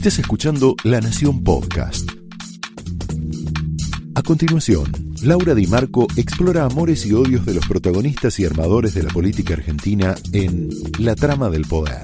Estás escuchando La Nación Podcast. A continuación, Laura Di Marco explora amores y odios de los protagonistas y armadores de la política argentina en La Trama del Poder.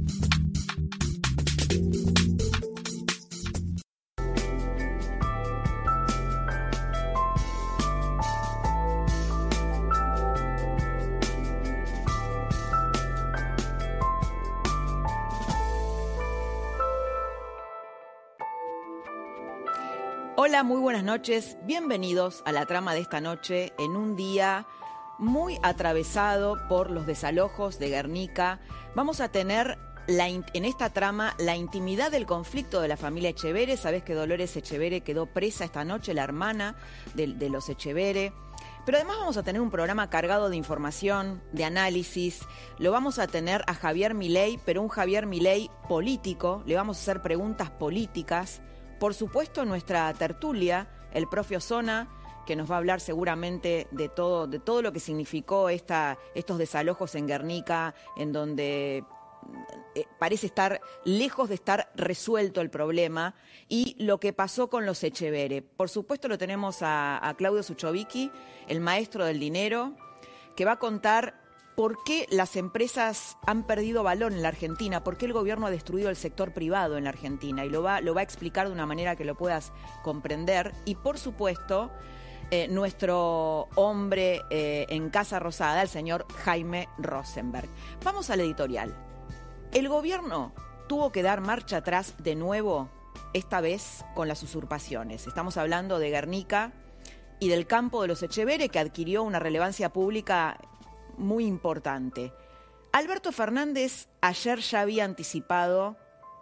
Hola, muy buenas noches. Bienvenidos a la trama de esta noche en un día muy atravesado por los desalojos de Guernica. Vamos a tener en esta trama la intimidad del conflicto de la familia Etxebere. Sabés que Dolores Etxebere quedó presa esta noche, la hermana de los Etxebere. Pero además vamos a tener un programa cargado de información, de análisis. Lo vamos a tener a Javier Milei, pero un Javier Milei político. Le vamos a hacer preguntas políticas. Por supuesto, nuestra tertulia, el profe Osona, que nos va a hablar seguramente de todo lo que significó estos desalojos en Guernica, en donde parece estar lejos de estar resuelto el problema, y lo que pasó con los Etxebere. Por supuesto, lo tenemos a Claudio Suchovicki, el maestro del dinero, que va a contar por qué las empresas han perdido valor en la Argentina, por qué el gobierno ha destruido el sector privado en la Argentina, y lo va a explicar de una manera que lo puedas comprender. Y por supuesto, nuestro hombre en Casa Rosada, el señor Jaime Rosenberg. Vamos al editorial. El gobierno tuvo que dar marcha atrás de nuevo, esta vez con las usurpaciones. Estamos hablando de Guernica y del campo de los Etxebere, que adquirió una relevancia pública muy importante. Alberto Fernández ayer ya había anticipado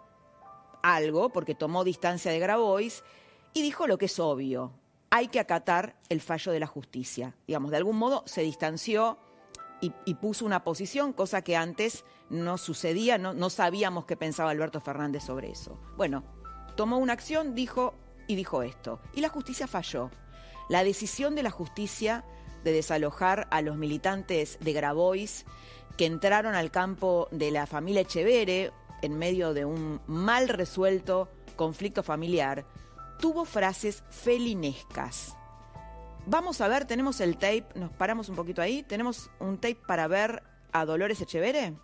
algo, porque tomó distancia de Grabois y dijo lo que es obvio: hay que acatar el fallo de la justicia. Digamos, de algún modo se distanció y puso una posición, cosa que antes no sucedía, no sabíamos qué pensaba Alberto Fernández sobre eso. Bueno, tomó una acción, dijo esto, y la justicia falló. La decisión de la justicia de desalojar a los militantes de Grabois que entraron al campo de la familia Etxebere en medio de un mal resuelto conflicto familiar, tuvo frases felinescas. Vamos a ver, tenemos el tape, nos paramos un poquito ahí, tenemos un tape para ver a Dolores Etxebere.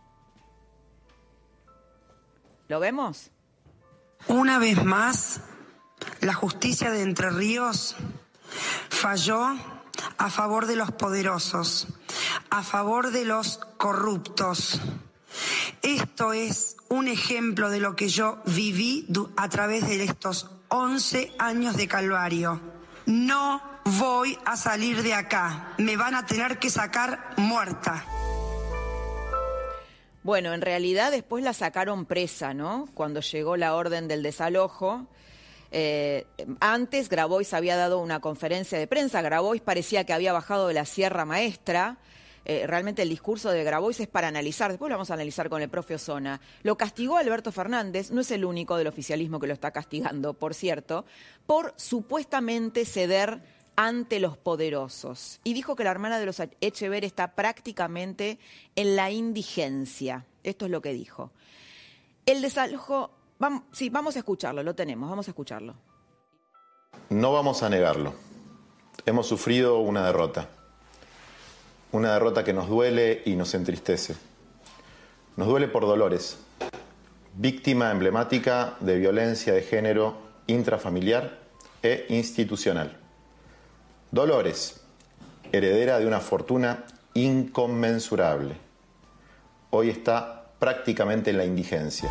¿Lo vemos? Una vez más, la justicia de Entre Ríos falló a favor de los poderosos, a favor de los corruptos. Esto es un ejemplo de lo que yo viví a través de estos 11 años de calvario. No voy a salir de acá, me van a tener que sacar muerta. Bueno, en realidad después la sacaron presa, ¿no? Cuando llegó la orden del desalojo. Antes Grabois había dado una conferencia de prensa. Grabois parecía que había bajado de la Sierra Maestra. Realmente el discurso de Grabois es para analizar. Después lo vamos a analizar con el profe Osona. Lo castigó Alberto Fernández. No es el único del oficialismo que lo está castigando, por cierto, por supuestamente ceder ante los poderosos. Y dijo que la hermana de los Etxebere está prácticamente en la indigencia. Esto es lo que dijo. El desalojo... vamos a escucharlo, lo tenemos, vamos a escucharlo. No vamos a negarlo. Hemos sufrido una derrota que nos duele y nos entristece. Nos duele por Dolores, víctima emblemática de violencia de género intrafamiliar e institucional. Dolores, heredera de una fortuna inconmensurable. Hoy está prácticamente en la indigencia.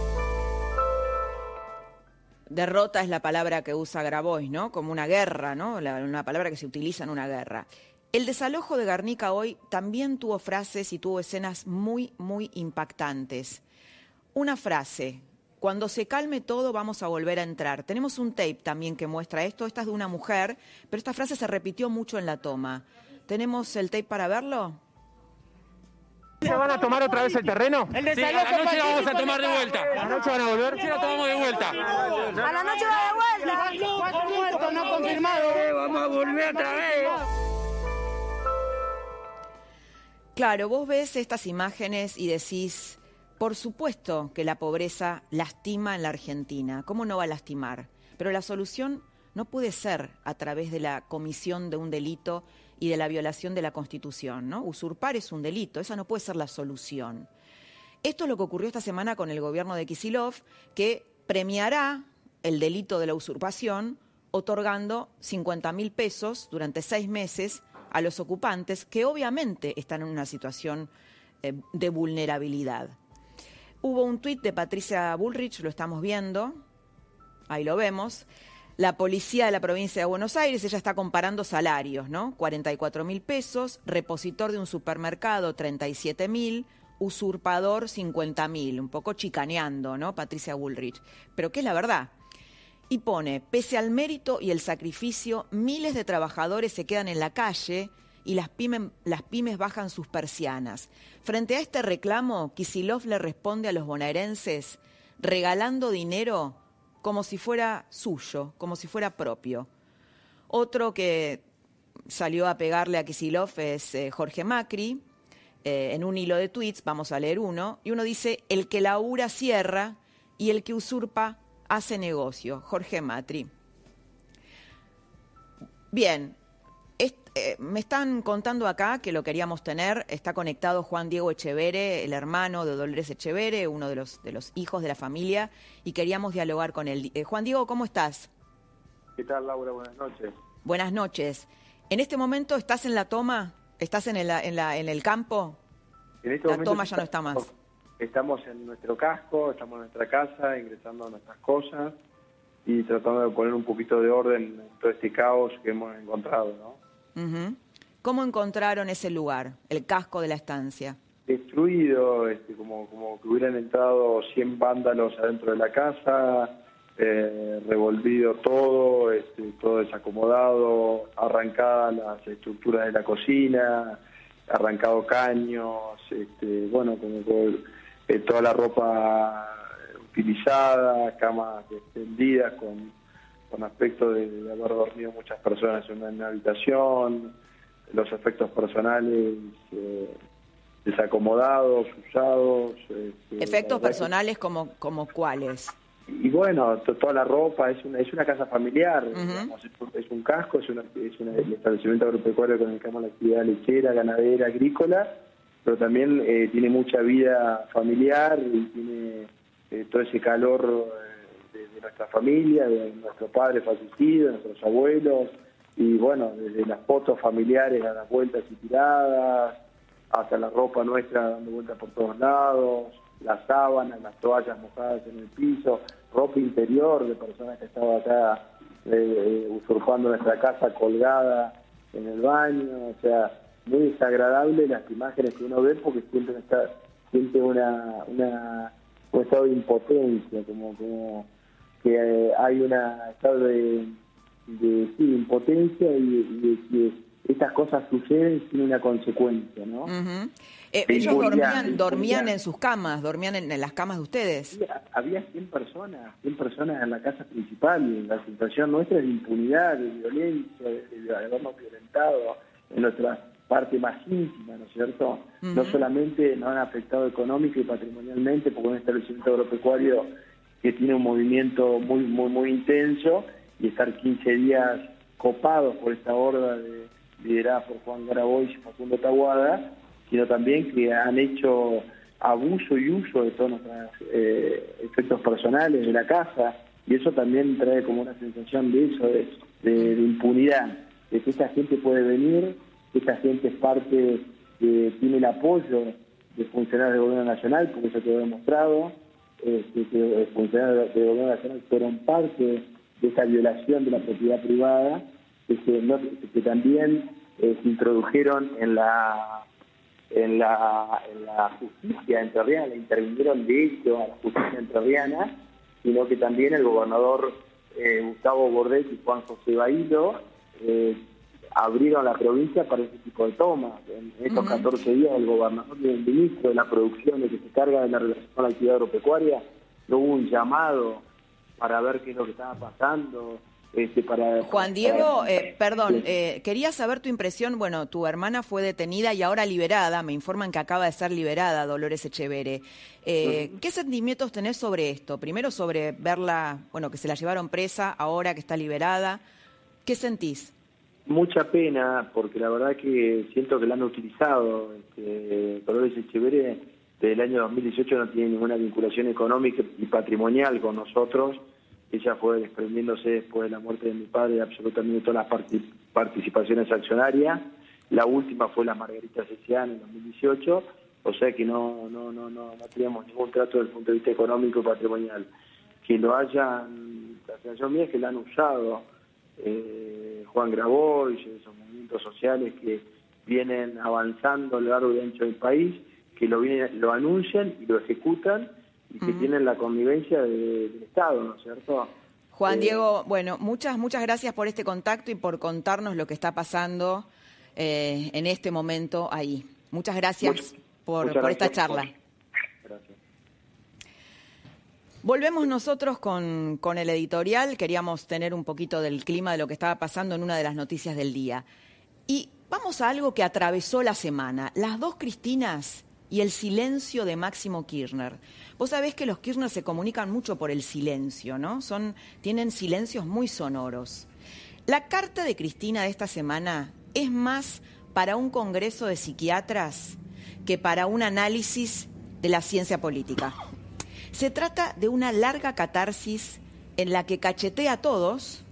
Derrota es la palabra que usa Grabois, ¿no? Como una guerra, ¿no? Una palabra que se utiliza en una guerra. El desalojo de Guernica hoy también tuvo frases y tuvo escenas muy, muy impactantes. Una frase: cuando se calme todo vamos a volver a entrar. Tenemos un tape también que muestra esto. Esta es de una mujer, pero esta frase se repitió mucho en la toma. ¿Tenemos el tape para verlo? ¿Se van a tomar otra vez el terreno? Sí, a la noche la vamos a tomar de vuelta. ¿A la noche van a volver? Sí, la tomamos de vuelta. A la noche va de vuelta. 4 muertos no confirmados. Vamos a volver otra vez. Claro, vos ves estas imágenes y decís, Por supuesto que la pobreza lastima en la Argentina. ¿Cómo no va a lastimar? Pero la solución no puede ser a través de la comisión de un delito y de la violación de la Constitución, ¿no? Usurpar es un delito, esa no puede ser la solución. Esto es lo que ocurrió esta semana con el gobierno de Kicillof, que premiará el delito de la usurpación otorgando 50.000 pesos durante 6 meses a los ocupantes que obviamente están en una situación de vulnerabilidad. Hubo un tuit de Patricia Bullrich, lo estamos viendo, ahí lo vemos. La policía de la provincia de Buenos Aires, ella está comparando salarios, ¿no? 44.000 pesos, repositor de un supermercado 37.000, usurpador 50.000, un poco chicaneando, ¿no? Patricia Bullrich. Pero ¿qué es la verdad? Y pone, pese al mérito y el sacrificio, miles de trabajadores se quedan en la calle y las pymes bajan sus persianas. Frente a este reclamo, Kicillof le responde a los bonaerenses regalando dinero como si fuera suyo, como si fuera propio. Otro que salió a pegarle a Kicillof es Jorge Macri. En un hilo de tweets, vamos a leer uno, y uno dice, el que labura cierra y el que usurpa hace negocio. Jorge Macri. Bien, me están contando acá que lo queríamos tener, está conectado Juan Diego Echevere, el hermano de Dolores Echevere, uno de los hijos de la familia, y queríamos dialogar con él. Juan Diego, ¿cómo estás? ¿Qué tal, Laura? Buenas noches. Buenas noches. ¿En este momento estás en la toma? ¿Estás en el campo? En este la momento toma ya no está más. Estamos en nuestro casco, estamos en nuestra casa, ingresando a nuestras cosas y tratando de poner un poquito de orden en todo este caos que hemos encontrado, ¿no? Uh-huh. ¿Cómo encontraron ese lugar, el casco de la estancia? Destruido, como que hubieran entrado 100 vándalos adentro de la casa, revolvido todo, todo desacomodado, arrancadas las estructuras de la cocina, arrancado caños, bueno, como toda la ropa utilizada, camas extendidas con aspecto de haber dormido muchas personas en una habitación, los efectos personales desacomodados, usados. ¿Efectos personales como cuáles? Y bueno, toda la ropa, es una casa familiar, uh-huh. Digamos, es un casco, es un establecimiento agropecuario con el que la actividad lechera, ganadera, agrícola, pero también tiene mucha vida familiar y tiene todo ese calor de nuestra familia, de nuestro padre fallecido, de nuestros abuelos, y bueno, desde las fotos familiares a las vueltas y tiradas, hasta la ropa nuestra dando vueltas por todos lados, las sábanas, las toallas mojadas en el piso, ropa interior de personas que estaban acá usurpando nuestra casa colgada en el baño, o sea, muy desagradable las imágenes que uno ve porque siente un estado de impotencia, como que hay un estado de impotencia y de que estas cosas suceden sin una consecuencia, ¿no? Uh-huh. Ellos dormían en sus camas, dormían en las camas de ustedes. Había 100 personas en la casa principal, y la sensación nuestra es de impunidad, de violencia, de habernos violentado en nuestra parte más íntima, ¿no es cierto? Uh-huh. No solamente nos han afectado económica y patrimonialmente, porque es un establecimiento agropecuario que tiene un movimiento muy intenso, y estar 15 días copados por esta horda liderada por Juan Grabois y Facundo Taboada, sino también que han hecho abuso y uso de todos nuestros efectos personales de la casa, y eso también trae como una sensación de impunidad, de que esta gente puede venir, que esta gente es parte, que tiene el apoyo de funcionarios del gobierno nacional, porque eso quedó demostrado, que funcionarios del gobierno nacional fueron parte de esa violación de la propiedad privada, que también se introdujeron en la justicia entrerriana, intervinieron de hecho a la justicia entrerriana, sino que también el gobernador Gustavo Bordet y Juan José Bailo abrieron la provincia para ese tipo de tomas. En estos 14 días el gobernador y el ministro de la producción, el que se carga de la relación con la actividad agropecuaria, no hubo un llamado para ver qué es lo que estaba pasando, para... Juan Diego, perdón, Sí. quería saber tu impresión. Bueno, tu hermana fue detenida y ahora liberada. Me informan que acaba de ser liberada, Dolores Echeverre. ¿Qué sentimientos tenés sobre esto? Primero sobre verla, bueno, que se la llevaron presa, ahora que está liberada. ¿Qué sentís? Mucha pena, porque la verdad que siento que la han utilizado. Dolores Echeverre, desde el año 2018 no tiene ninguna vinculación económica y patrimonial con nosotros. Ella fue desprendiéndose después de la muerte de mi padre de absolutamente todas las participaciones accionarias. La última fue la Margarita Cecián en 2018, o sea que no teníamos ningún trato desde el punto de vista económico y patrimonial. Que lo hayan, la sensación mía es que la han usado Juan Grabois, esos movimientos sociales que vienen avanzando a lo largo y ancho del país, que lo anuncian y lo ejecutan, y que tienen la connivencia del Estado, ¿no es cierto? Juan Diego, bueno, muchas gracias por este contacto y por contarnos lo que está pasando en este momento ahí. Muchas gracias por esta charla. Gracias. Volvemos nosotros con el editorial. Queríamos tener un poquito del clima de lo que estaba pasando en una de las noticias del día. Y vamos a algo que atravesó la semana. Las dos Cristinas y el silencio de Máximo Kirchner. Vos sabés que los Kirchner se comunican mucho por el silencio, ¿no? Tienen silencios muy sonoros. La carta de Cristina de esta semana es más para un congreso de psiquiatras que para un análisis de la ciencia política. Se trata de una larga catarsis en la que cachetea a todos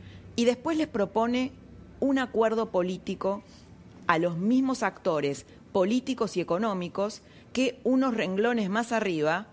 y después les propone un acuerdo político a los mismos actores políticos y económicos que unos renglones más arriba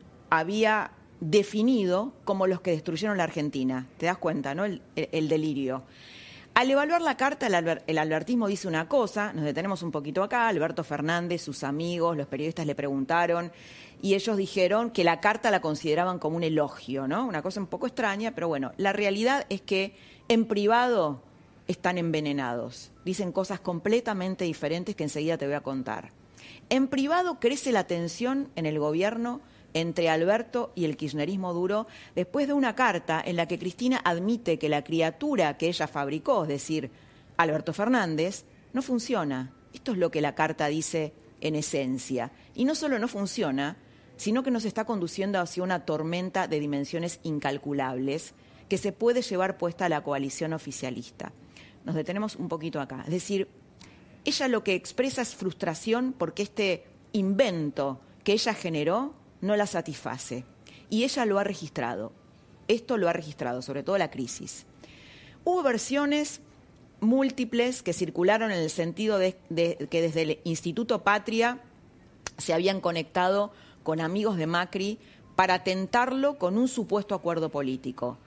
había definido como los que destruyeron la Argentina. ¿Te das cuenta, no? El delirio. Al evaluar la carta, el albertismo dice una cosa, nos detenemos un poquito acá, Alberto Fernández, sus amigos, los periodistas le preguntaron y ellos dijeron que la carta la consideraban como un elogio, ¿no? Una cosa un poco extraña, pero bueno, la realidad es que en privado están envenenados. Dicen cosas completamente diferentes que enseguida te voy a contar. En privado crece la tensión en el gobierno entre Alberto y el kirchnerismo duro después de una carta en la que Cristina admite que la criatura que ella fabricó, es decir, Alberto Fernández, no funciona. Esto es lo que la carta dice en esencia. Y no solo no funciona, sino que nos está conduciendo hacia una tormenta de dimensiones incalculables que se puede llevar puesta a la coalición oficialista. Nos detenemos un poquito acá. Es decir, ella lo que expresa es frustración porque este invento que ella generó no la satisface. Y ella lo ha registrado. Esto lo ha registrado, sobre todo la crisis. Hubo versiones múltiples que circularon en el sentido de que desde el Instituto Patria se habían conectado con amigos de Macri para tentarlo con un supuesto acuerdo político.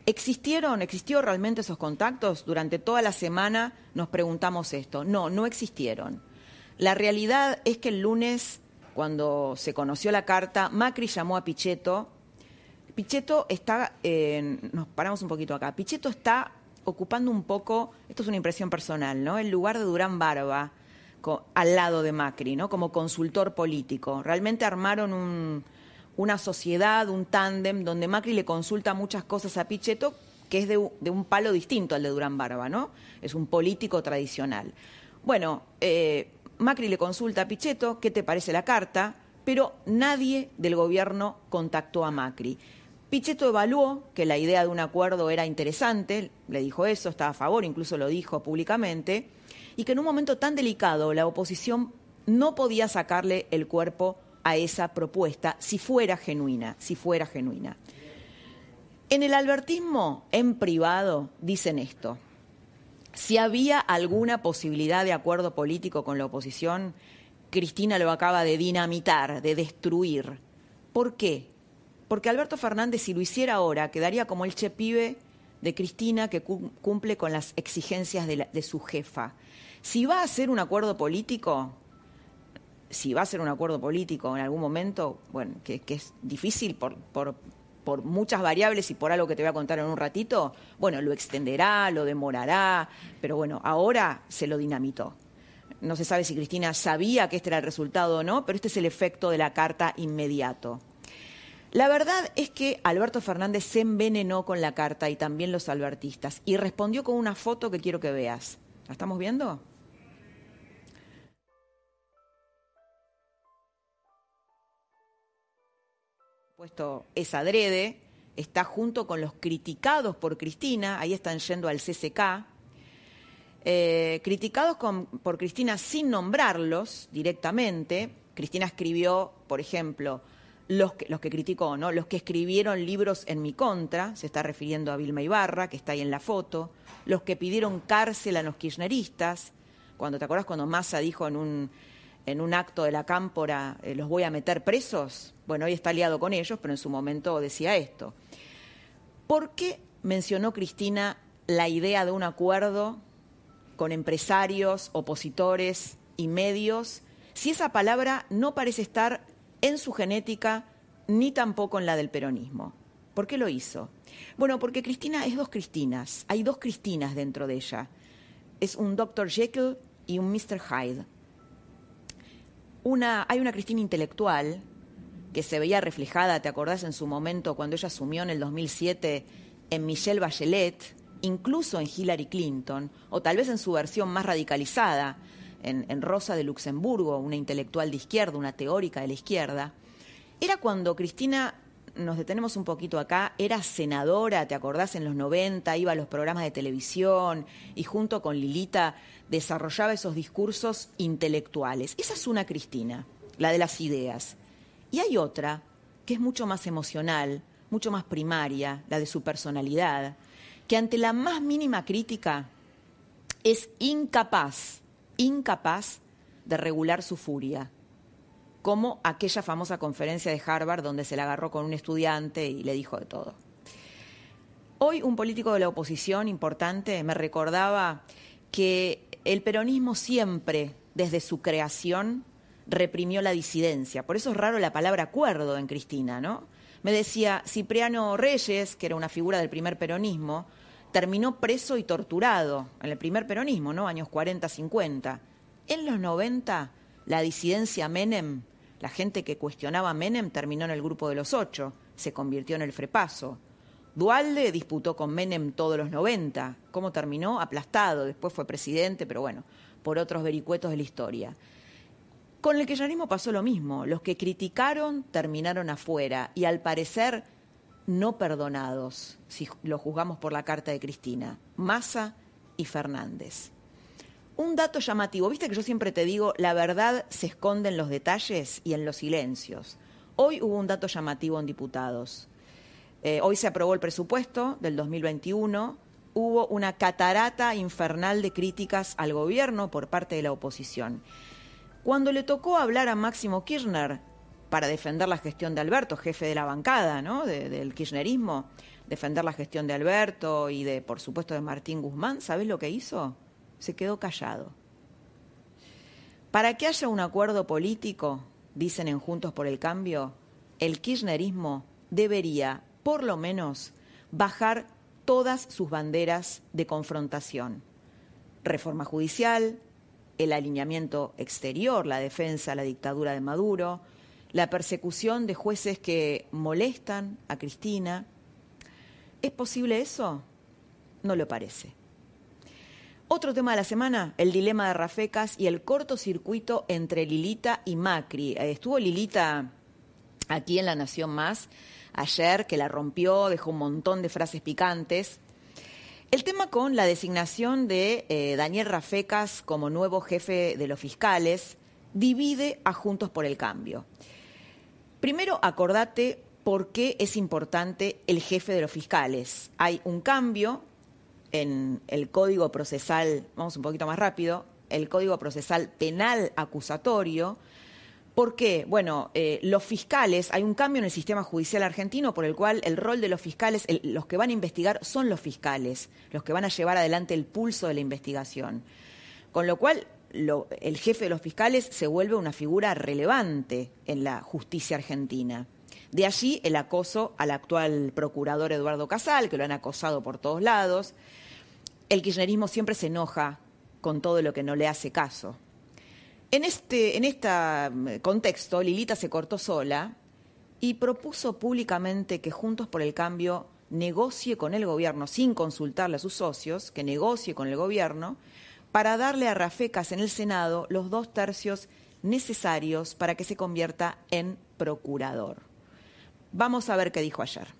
¿Existió realmente esos contactos? Durante toda la semana nos preguntamos esto. No existieron. La realidad es que el lunes, cuando se conoció la carta, Macri llamó a Pichetto. Pichetto está, nos paramos un poquito acá, Pichetto está ocupando un poco, esto es una impresión personal, ¿no? El lugar de Durán Barba al lado de Macri, ¿no? Como consultor político. Realmente armaron una sociedad, un tándem, donde Macri le consulta muchas cosas a Pichetto, que es de un palo distinto al de Durán Barba, ¿no? Es un político tradicional. Bueno, Macri le consulta a Pichetto, ¿qué te parece la carta? Pero nadie del gobierno contactó a Macri. Pichetto evaluó que la idea de un acuerdo era interesante, le dijo eso, estaba a favor, incluso lo dijo públicamente, y que en un momento tan delicado la oposición no podía sacarle el cuerpo a esa propuesta si fuera genuina. En el albertismo, en privado, dicen esto. Si había alguna posibilidad de acuerdo político con la oposición, Cristina lo acaba de dinamitar, de destruir. ¿Por qué? Porque Alberto Fernández, si lo hiciera ahora, quedaría como el chepibe de Cristina que cumple con las exigencias de su jefa. Si va a hacer un acuerdo político en algún momento, bueno, que es difícil por muchas variables y por algo que te voy a contar en un ratito, bueno, lo extenderá, lo demorará, pero bueno, ahora se lo dinamitó. No se sabe si Cristina sabía que este era el resultado o no, pero este es el efecto de la carta inmediato. La verdad es que Alberto Fernández se envenenó con la carta y también los albertistas y respondió con una foto que quiero que veas. ¿La estamos viendo? Puesto es adrede, está junto con los criticados por Cristina, ahí están yendo al CCK, criticados por Cristina sin nombrarlos directamente. Cristina escribió, por ejemplo, los que criticó, ¿no? Los que escribieron libros en mi contra, se está refiriendo a Vilma Ibarra, que está ahí en la foto, los que pidieron cárcel a los kirchneristas, ¿te acordás cuando Massa dijo en un acto de la Cámpora, los voy a meter presos? Bueno, hoy está aliado con ellos, pero en su momento decía esto. ¿Por qué mencionó Cristina la idea de un acuerdo con empresarios, opositores y medios, si esa palabra no parece estar en su genética ni tampoco en la del peronismo? ¿Por qué lo hizo? Bueno, porque Cristina es dos Cristinas, hay dos Cristinas dentro de ella. Es un Dr. Jekyll y un Mr. Hyde. Hay una Cristina intelectual que se veía reflejada, ¿te acordás en su momento cuando ella asumió en el 2007 en Michelle Bachelet, incluso en Hillary Clinton, o tal vez en su versión más radicalizada, en Rosa de Luxemburgo, una intelectual de izquierda, una teórica de la izquierda? Era cuando Cristina, nos detenemos un poquito acá, era senadora, ¿te acordás? En los 90, iba a los programas de televisión y junto con Lilita desarrollaba esos discursos intelectuales. Esa es una Cristina, la de las ideas. Y hay otra que es mucho más emocional, mucho más primaria, la de su personalidad, que ante la más mínima crítica es incapaz de regular su furia, como aquella famosa conferencia de Harvard donde se la agarró con un estudiante y le dijo de todo. Hoy un político de la oposición importante me recordaba que el peronismo siempre, desde su creación, reprimió la disidencia. Por eso es raro la palabra acuerdo en Cristina, ¿no? Me decía, Cipriano Reyes, que era una figura del primer peronismo, terminó preso y torturado en el primer peronismo, ¿no? Años 40, 50. En los 90, la disidencia Menem, la gente que cuestionaba a Menem, terminó en el grupo de los 8, se convirtió en el Frepaso. Duhalde disputó con Menem todos los 90. ¿Cómo terminó? Aplastado. Después fue presidente, pero bueno, por otros vericuetos de la historia. Con el kirchnerismo pasó lo mismo. Los que criticaron terminaron afuera y al parecer no perdonados, si lo juzgamos por la carta de Cristina, Massa y Fernández. Un dato llamativo, viste que yo siempre te digo, la verdad se esconde en los detalles y en los silencios. Hoy hubo un dato llamativo en diputados. Hoy se aprobó el presupuesto del 2021, hubo una catarata infernal de críticas al gobierno por parte de la oposición. Cuando le tocó hablar a Máximo Kirchner para defender la gestión de Alberto, jefe de la bancada, ¿no? del kirchnerismo, defender la gestión de Alberto y por supuesto, de Martín Guzmán, ¿sabés lo que hizo? Se quedó callado. Para que haya un acuerdo político, dicen en Juntos por el Cambio, el kirchnerismo debería, por lo menos, bajar todas sus banderas de confrontación. Reforma judicial, el alineamiento exterior, la defensa de la dictadura de Maduro, la persecución de jueces que molestan a Cristina. ¿Es posible eso? No lo parece. Otro tema de la semana, el dilema de Rafecas y el cortocircuito entre Lilita y Macri. Estuvo Lilita aquí en La Nación Más ayer, que la rompió, dejó un montón de frases picantes. El tema con la designación de Daniel Rafecas como nuevo jefe de los fiscales divide a Juntos por el Cambio. Primero, acordate por qué es importante el jefe de los fiscales. Hay un cambio en el Código Procesal, vamos un poquito más rápido, el Código Procesal Penal Acusatorio. ¿Por qué? Bueno, los fiscales, hay un cambio en el sistema judicial argentino por el cual el rol de los fiscales, los que van a investigar son los fiscales, los que van a llevar adelante el pulso de la investigación. Con lo cual, el jefe de los fiscales se vuelve una figura relevante en la justicia argentina. De allí el acoso al actual procurador Eduardo Casal, que lo han acosado por todos lados. El kirchnerismo siempre se enoja con todo lo que no le hace caso. En este contexto, Lilita se cortó sola y propuso públicamente que Juntos por el Cambio negocie con el gobierno, sin consultarle a sus socios, que negocie con el gobierno, para darle a Rafecas en el Senado los 2/3 necesarios para que se convierta en procurador. Vamos a ver qué dijo ayer.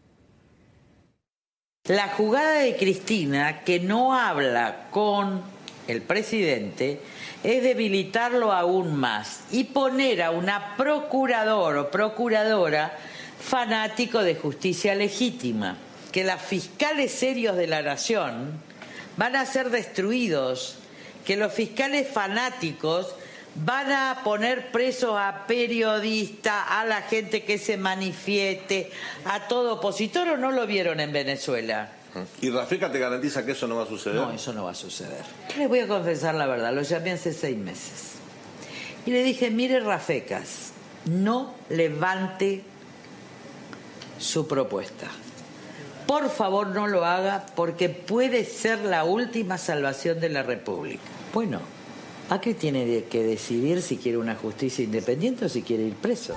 La jugada de Cristina, que no habla con el presidente, es debilitarlo aún más y poner a una procurador o procuradora fanático de justicia legítima, que los fiscales serios de la nación van a ser destruidos, que los fiscales fanáticos van a poner presos a periodistas, a la gente que se manifieste, a todo opositor, ¿o no lo vieron en Venezuela? ¿Y Rafecas te garantiza que eso no va a suceder? No, eso no va a suceder. Les voy a confesar la verdad, lo llamé hace 6 meses. Y le dije, mire Rafecas, no levante su propuesta. Por favor, no lo haga porque puede ser la última salvación de la República. Bueno, Macri tiene que decidir si quiere una justicia independiente o si quiere ir preso.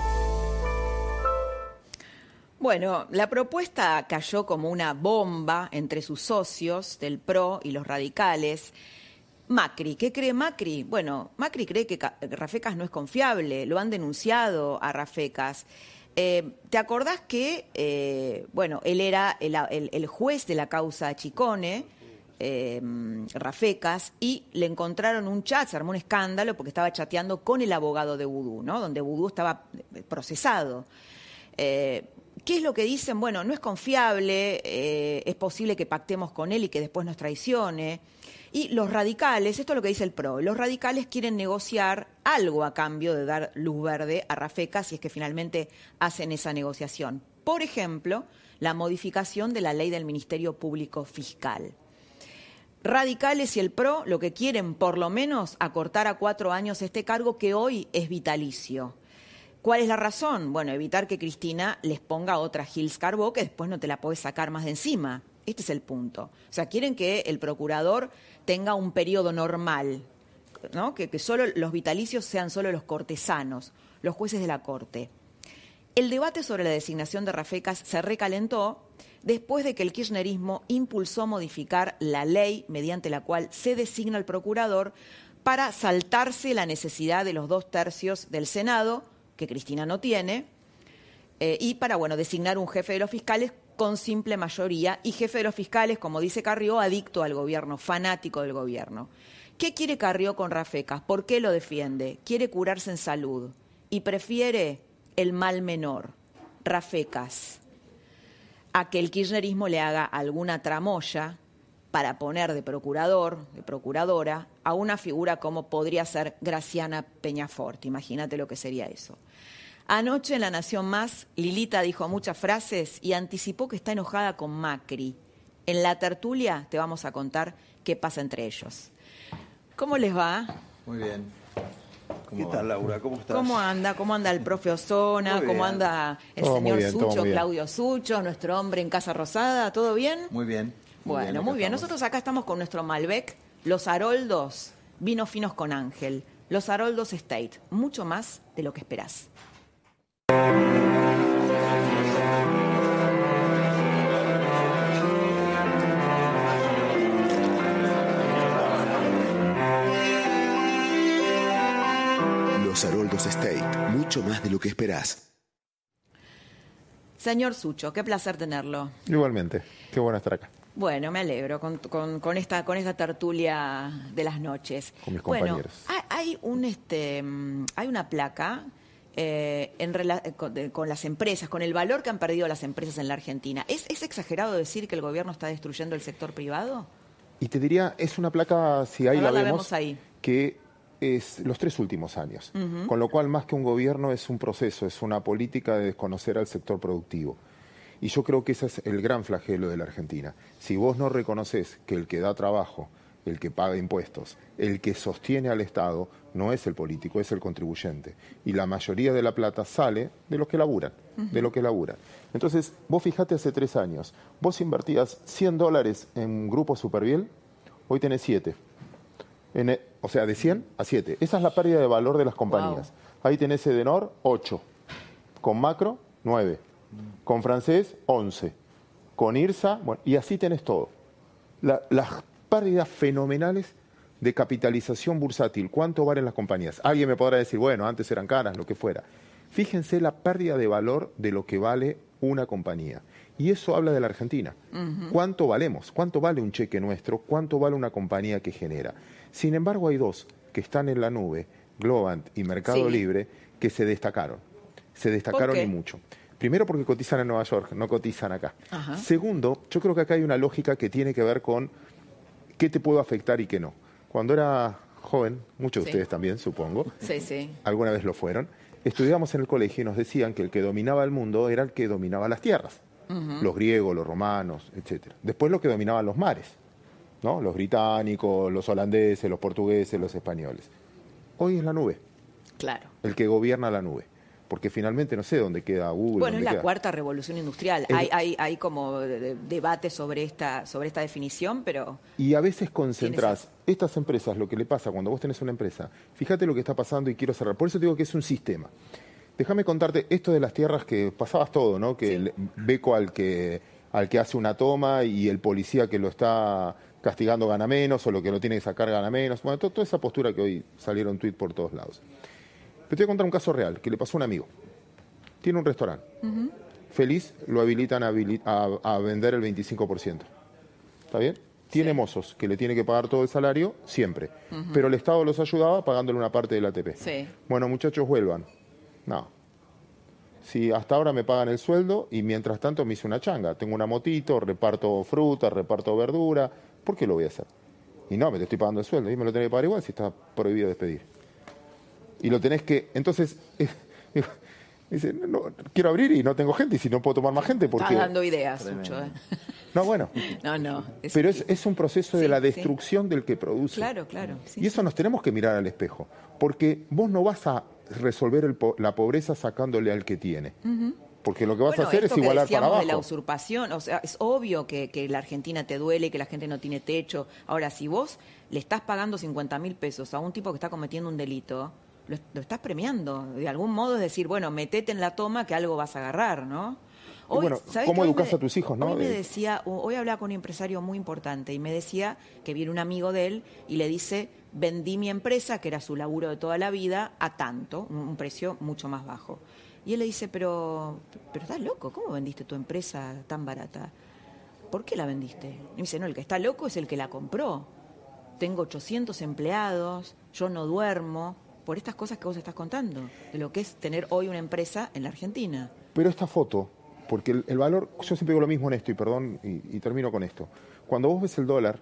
Bueno, la propuesta cayó como una bomba entre sus socios del PRO y los radicales. Macri, ¿qué cree Macri? Bueno, Macri cree que Rafecas no es confiable, lo han denunciado a Rafecas. ¿Te acordás que, él era el juez de la causa Chicone, Rafecas, y le encontraron un chat, se armó un escándalo porque estaba chateando con el abogado de Vudú, ¿no? Donde Vudú estaba procesado. ¿Qué es lo que dicen? Bueno, no es confiable, es posible que pactemos con él y que después nos traicione. Y los radicales, esto es lo que dice el PRO, los radicales quieren negociar algo a cambio de dar luz verde a Rafecas si es que finalmente hacen esa negociación. Por ejemplo, la modificación de la ley del Ministerio Público Fiscal. Radicales y el PRO lo que quieren, por lo menos, acortar a 4 años este cargo que hoy es vitalicio. ¿Cuál es la razón? Bueno, evitar que Cristina les ponga otra Gils Carbó que después no te la podés sacar más de encima. Este es el punto. O sea, quieren que el procurador tenga un periodo normal, ¿no? Que solo los vitalicios sean solo los cortesanos, los jueces de la Corte. El debate sobre la designación de Rafecas se recalentó después de que el kirchnerismo impulsó modificar la ley mediante la cual se designa al procurador para saltarse la necesidad de los 2/3 del Senado, que Cristina no tiene, y para, designar un jefe de los fiscales con simple mayoría, y jefe de los fiscales, como dice Carrió, adicto al gobierno, fanático del gobierno. ¿Qué quiere Carrió con Rafecas? ¿Por qué lo defiende? Quiere curarse en salud y prefiere el mal menor, Rafecas, a que el kirchnerismo le haga alguna tramoya para poner de procurador, de procuradora, a una figura como podría ser Graciana Peñafort. Imagínate lo que sería eso. Anoche en La Nación Más, Lilita dijo muchas frases y anticipó que está enojada con Macri. En la tertulia te vamos a contar qué pasa entre ellos. ¿Cómo les va? Muy bien. ¿Qué tal, Laura? ¿Cómo estás? ¿Cómo anda? ¿Cómo anda el profe Osona? ¿Cómo anda el señor Sucho, Claudio Sucho, nuestro hombre en Casa Rosada? ¿Todo bien? Muy bien. Bueno, muy bien. Nosotros acá estamos con nuestro Malbec, Los Haroldos, vinos finos con Ángel, Los Haroldos Estate, mucho más de lo que esperás. Los Haroldos Estate, mucho más de lo que esperás. Señor Sucho, qué placer tenerlo. Igualmente, qué bueno estar acá. Bueno, me alegro con esta tertulia de las noches. Con mis compañeros. Bueno, hay una placa con las empresas, con el valor que han perdido las empresas en la Argentina. ¿Es exagerado decir que el gobierno está destruyendo el sector privado? Y te diría, es una placa, si ahí la vemos, ahí, que es los 3 últimos años. Con lo cual, más que un gobierno, es un proceso, es una política de desconocer al sector productivo. Y yo creo que ese es el gran flagelo de la Argentina. Si vos no reconoces que el que da trabajo, el que paga impuestos, el que sostiene al Estado, no es el político, es el contribuyente. Y la mayoría de la plata sale de los que laburan, de lo que laburan. Entonces, vos fijate hace 3 años, vos invertías $100 en Grupo Superviel, hoy tenés 7. O sea, de 100 a 7. Esa es la pérdida de valor de las compañías. Wow. Ahí tenés Edenor, 8. Con Macro, 9. Con Francés, 11. Con IRSA, bueno, y así tenés todo. Las pérdidas fenomenales de capitalización bursátil. ¿Cuánto valen las compañías? Alguien me podrá decir, bueno, antes eran caras, lo que fuera. Fíjense la pérdida de valor de lo que vale una compañía. Y eso habla de la Argentina. ¿Cuánto valemos? ¿Cuánto vale un cheque nuestro? ¿Cuánto vale una compañía que genera? Sin embargo, hay dos que están en la nube, Globant y Mercado Libre, que se destacaron. Se destacaron y mucho. Primero porque cotizan en Nueva York, no cotizan acá. Segundo, yo creo que acá hay una lógica que tiene que ver con qué te puedo afectar y qué no. Cuando era joven, muchos de ustedes también, supongo, alguna vez lo fueron, estudiábamos en el colegio y nos decían que el que dominaba el mundo era el que dominaba las tierras. Los griegos, los romanos, etcétera. Después lo que dominaban los mares, ¿no? Los británicos, los holandeses, los portugueses, los españoles. Hoy es la nube. Claro. El que gobierna la nube. Porque finalmente no sé dónde queda Google. Bueno, es la cuarta revolución industrial. Hay como debate sobre esta definición, pero... Y a veces concentrás estas empresas, lo que le pasa cuando vos tenés una empresa, fíjate lo que está pasando y quiero cerrar. Por eso digo que es un sistema. Déjame contarte esto de las tierras que pasabas todo, ¿no? Que el beco al que hace una toma y el policía que lo está castigando gana menos o lo que lo tiene que sacar gana menos. Bueno, toda esa postura que hoy salieron tweets por todos lados. Te voy a contar un caso real que le pasó a un amigo. Tiene un restaurante. Feliz, lo habilitan a vender el 25%. ¿Está bien? Tiene mozos que le tiene que pagar todo el salario siempre. Pero el Estado los ayudaba pagándole una parte del ATP. Bueno, muchachos, vuelvan. No. Si hasta ahora me pagan el sueldo y mientras tanto me hice una changa. Tengo una motito, reparto fruta, reparto verdura. ¿Por qué lo voy a hacer? Y no, me te estoy pagando el sueldo. Y me lo tenés que pagar igual si está prohibido despedir. Y lo tenés que... Entonces, dice, no, quiero abrir y no tengo gente, y si no puedo tomar más gente, porque... Estás dando ideas, Sucho, No, bueno. No. Pero es un proceso de la destrucción del que produce. Claro. Y eso nos tenemos que mirar al espejo. Porque vos no vas a resolver la pobreza sacándole al que tiene. Porque lo que vas a hacer es igualar para abajo. De la usurpación, o sea, es obvio que la Argentina te duele, que la gente no tiene techo. Ahora, si vos le estás pagando 50.000 pesos a un tipo que está cometiendo un delito... Lo estás premiando. De algún modo es decir, bueno, metete en la toma que algo vas a agarrar, ¿no? Hoy, bueno, ¿cómo educas a tus hijos, no? Hoy hablaba con un empresario muy importante y me decía que viene un amigo de él y le dice, vendí mi empresa, que era su laburo de toda la vida, a tanto, un precio mucho más bajo. Y él le dice, pero estás loco, ¿cómo vendiste tu empresa tan barata? ¿Por qué la vendiste? Y me dice, no, el que está loco es el que la compró. Tengo 800 empleados, yo no duermo... por estas cosas que vos estás contando, de lo que es tener hoy una empresa en la Argentina. Pero esta foto, porque el valor, yo siempre digo lo mismo en esto, y perdón, y termino con esto. Cuando vos ves el dólar,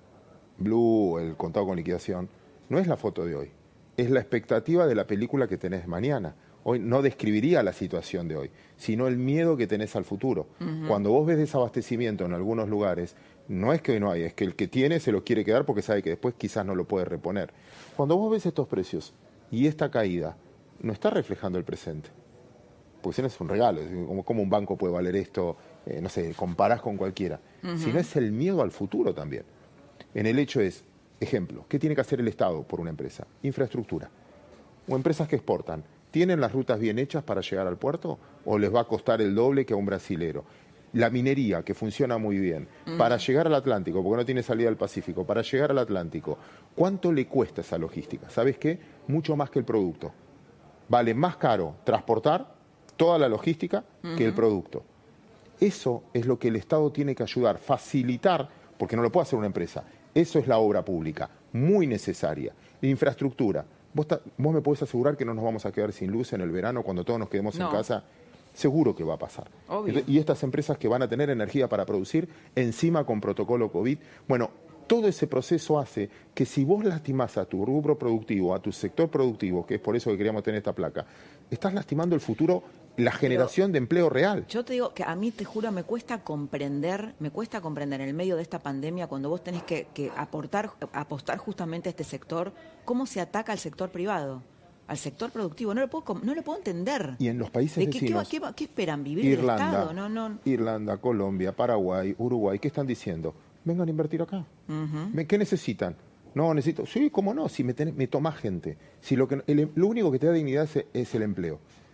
blue, el contado con liquidación, no es la foto de hoy, es la expectativa de la película que tenés mañana. Hoy no describiría la situación de hoy, sino el miedo que tenés al futuro. Cuando vos ves desabastecimiento en algunos lugares, no es que hoy no hay, es que el que tiene se lo quiere quedar porque sabe que después quizás no lo puede reponer. Cuando vos ves estos precios, y esta caída no está reflejando el presente. Porque si no es un regalo, ¿cómo un banco puede valer esto? No sé, comparás con cualquiera. Sino es el miedo al futuro también. En el hecho es, ejemplo, ¿qué tiene que hacer el Estado por una empresa? Infraestructura. O empresas que exportan, ¿tienen las rutas bien hechas para llegar al puerto? ¿O les va a costar el doble que a un brasilero? La minería, que funciona muy bien, para llegar al Atlántico, porque no tiene salida al Pacífico, para llegar al Atlántico, ¿cuánto le cuesta esa logística? ¿Sabes qué? Mucho más que el producto. Vale más caro transportar toda la logística que el producto. Eso es lo que el Estado tiene que ayudar, facilitar, porque no lo puede hacer una empresa. Eso es la obra pública, muy necesaria. La infraestructura. ¿Vos me podés asegurar que no nos vamos a quedar sin luz en el verano cuando todos nos quedemos en casa? Seguro que va a pasar. Y estas empresas que van a tener energía para producir, encima con protocolo COVID, bueno, todo ese proceso hace que si vos lastimás a tu rubro productivo, a tu sector productivo, que es por eso que queríamos tener esta placa, estás lastimando el futuro, la generación de empleo real. Yo te digo que a mí, te juro, me cuesta comprender en el medio de esta pandemia, cuando vos tenés que apostar justamente a este sector, cómo se ataca al sector privado. Al sector productivo, no lo puedo entender. Y en los países vecinos, ¿qué esperan? ¿Vivir del Estado? No. Irlanda, Colombia, Paraguay, Uruguay, ¿qué están diciendo? Vengan a invertir acá. ¿Qué necesitan? No, necesito... Sí, ¿cómo no? Si me tomás gente. Si lo único que te da dignidad es el empleo.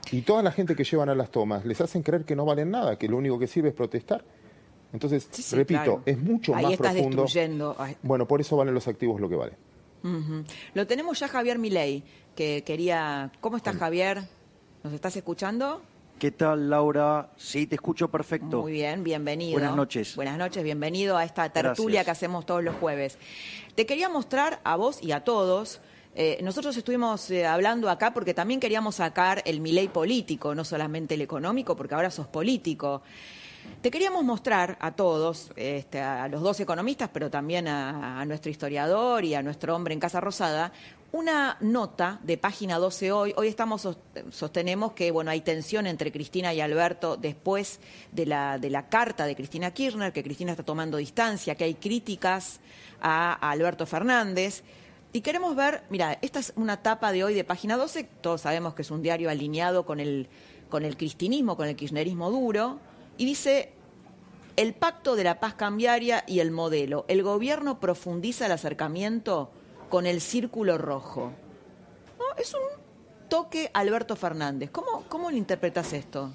Y toda la gente que llevan a las tomas les hacen creer que no valen nada, que lo único que sirve es protestar. Entonces, repito, claro, es mucho ahí más estás profundo. Destruyendo. Bueno, por eso valen los activos lo que valen. Lo tenemos ya Javier Milei, que quería... ¿Cómo estás, Javier? ¿Nos estás escuchando? ¿Qué tal, Laura? Sí, te escucho perfecto. Muy bien, bienvenido. Buenas noches. Buenas noches, bienvenido a esta tertulia que hacemos todos los jueves. Te quería mostrar a vos y a todos... nosotros estuvimos hablando acá porque también queríamos sacar el Milei político, no solamente el económico, porque ahora sos político. Te queríamos mostrar a todos, a los dos economistas, pero también a nuestro historiador y a nuestro hombre en Casa Rosada, una nota de Página 12 hoy. Hoy sostenemos que hay tensión entre Cristina y Alberto después de la carta de Cristina Kirchner, que Cristina está tomando distancia, que hay críticas a Alberto Fernández. Y queremos ver, mira, esta es una tapa de hoy de Página 12, todos sabemos que es un diario alineado con el cristinismo, con el kirchnerismo duro, y dice, el pacto de la paz cambiaria y el modelo, el gobierno profundiza el acercamiento con el círculo rojo. ¿No? Es un toque Alberto Fernández. ¿Cómo lo interpretas esto?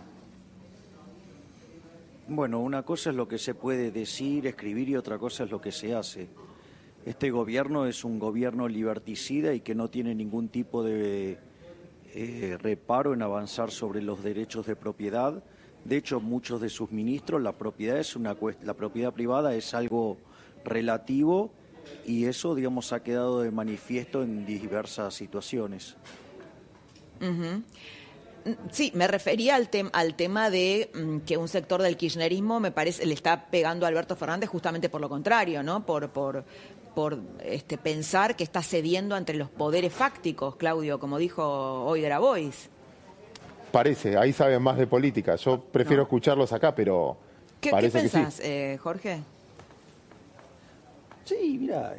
Bueno, una cosa es lo que se puede decir, escribir, y otra cosa es lo que se hace. Este gobierno es un gobierno liberticida y que no tiene ningún tipo de reparo en avanzar sobre los derechos de propiedad. De hecho, muchos de sus ministros, la propiedad privada es algo relativo, y eso, digamos, ha quedado de manifiesto en diversas situaciones. Sí, me refería al tema de que un sector del kirchnerismo, me parece, le está pegando a Alberto Fernández justamente por lo contrario, ¿no? Por pensar que está cediendo ante los poderes fácticos, Claudio, como dijo hoy Grabois. Parece, ahí saben más de política. Yo prefiero escucharlos acá, pero parece ¿qué pensás, que sí. Jorge? Sí, mira,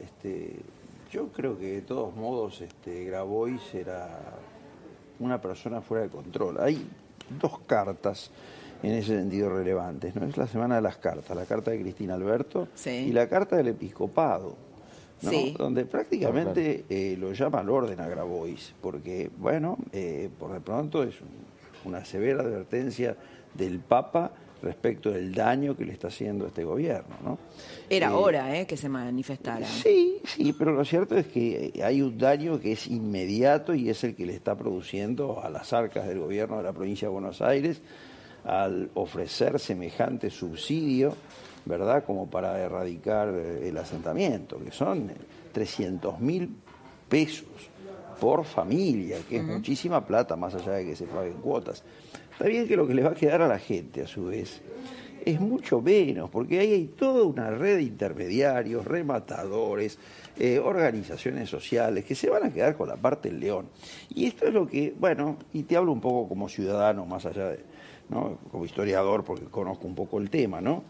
yo creo que de todos modos Grabois era una persona fuera de control. Hay dos cartas en ese sentido relevantes, ¿no? Es la semana de las cartas, la carta de Cristina Alberto y la carta del episcopado, ¿no? Sí. Donde prácticamente lo llama al orden a Grabois, porque, por de pronto es una severa advertencia del Papa respecto del daño que le está haciendo este gobierno, ¿no? Era hora que se manifestara. Sí, pero lo cierto es que hay un daño que es inmediato y es el que le está produciendo a las arcas del gobierno de la provincia de Buenos Aires al ofrecer semejante subsidio, ¿verdad?, como para erradicar el asentamiento, que son 300.000 pesos por familia, que es muchísima plata, más allá de que se paguen cuotas. Está bien que lo que le va a quedar a la gente, a su vez, es mucho menos, porque ahí hay toda una red de intermediarios, rematadores, organizaciones sociales, que se van a quedar con la parte del león. Y esto es lo que, y te hablo un poco como ciudadano, más allá de, ¿no?, como historiador, porque conozco un poco el tema, ¿no?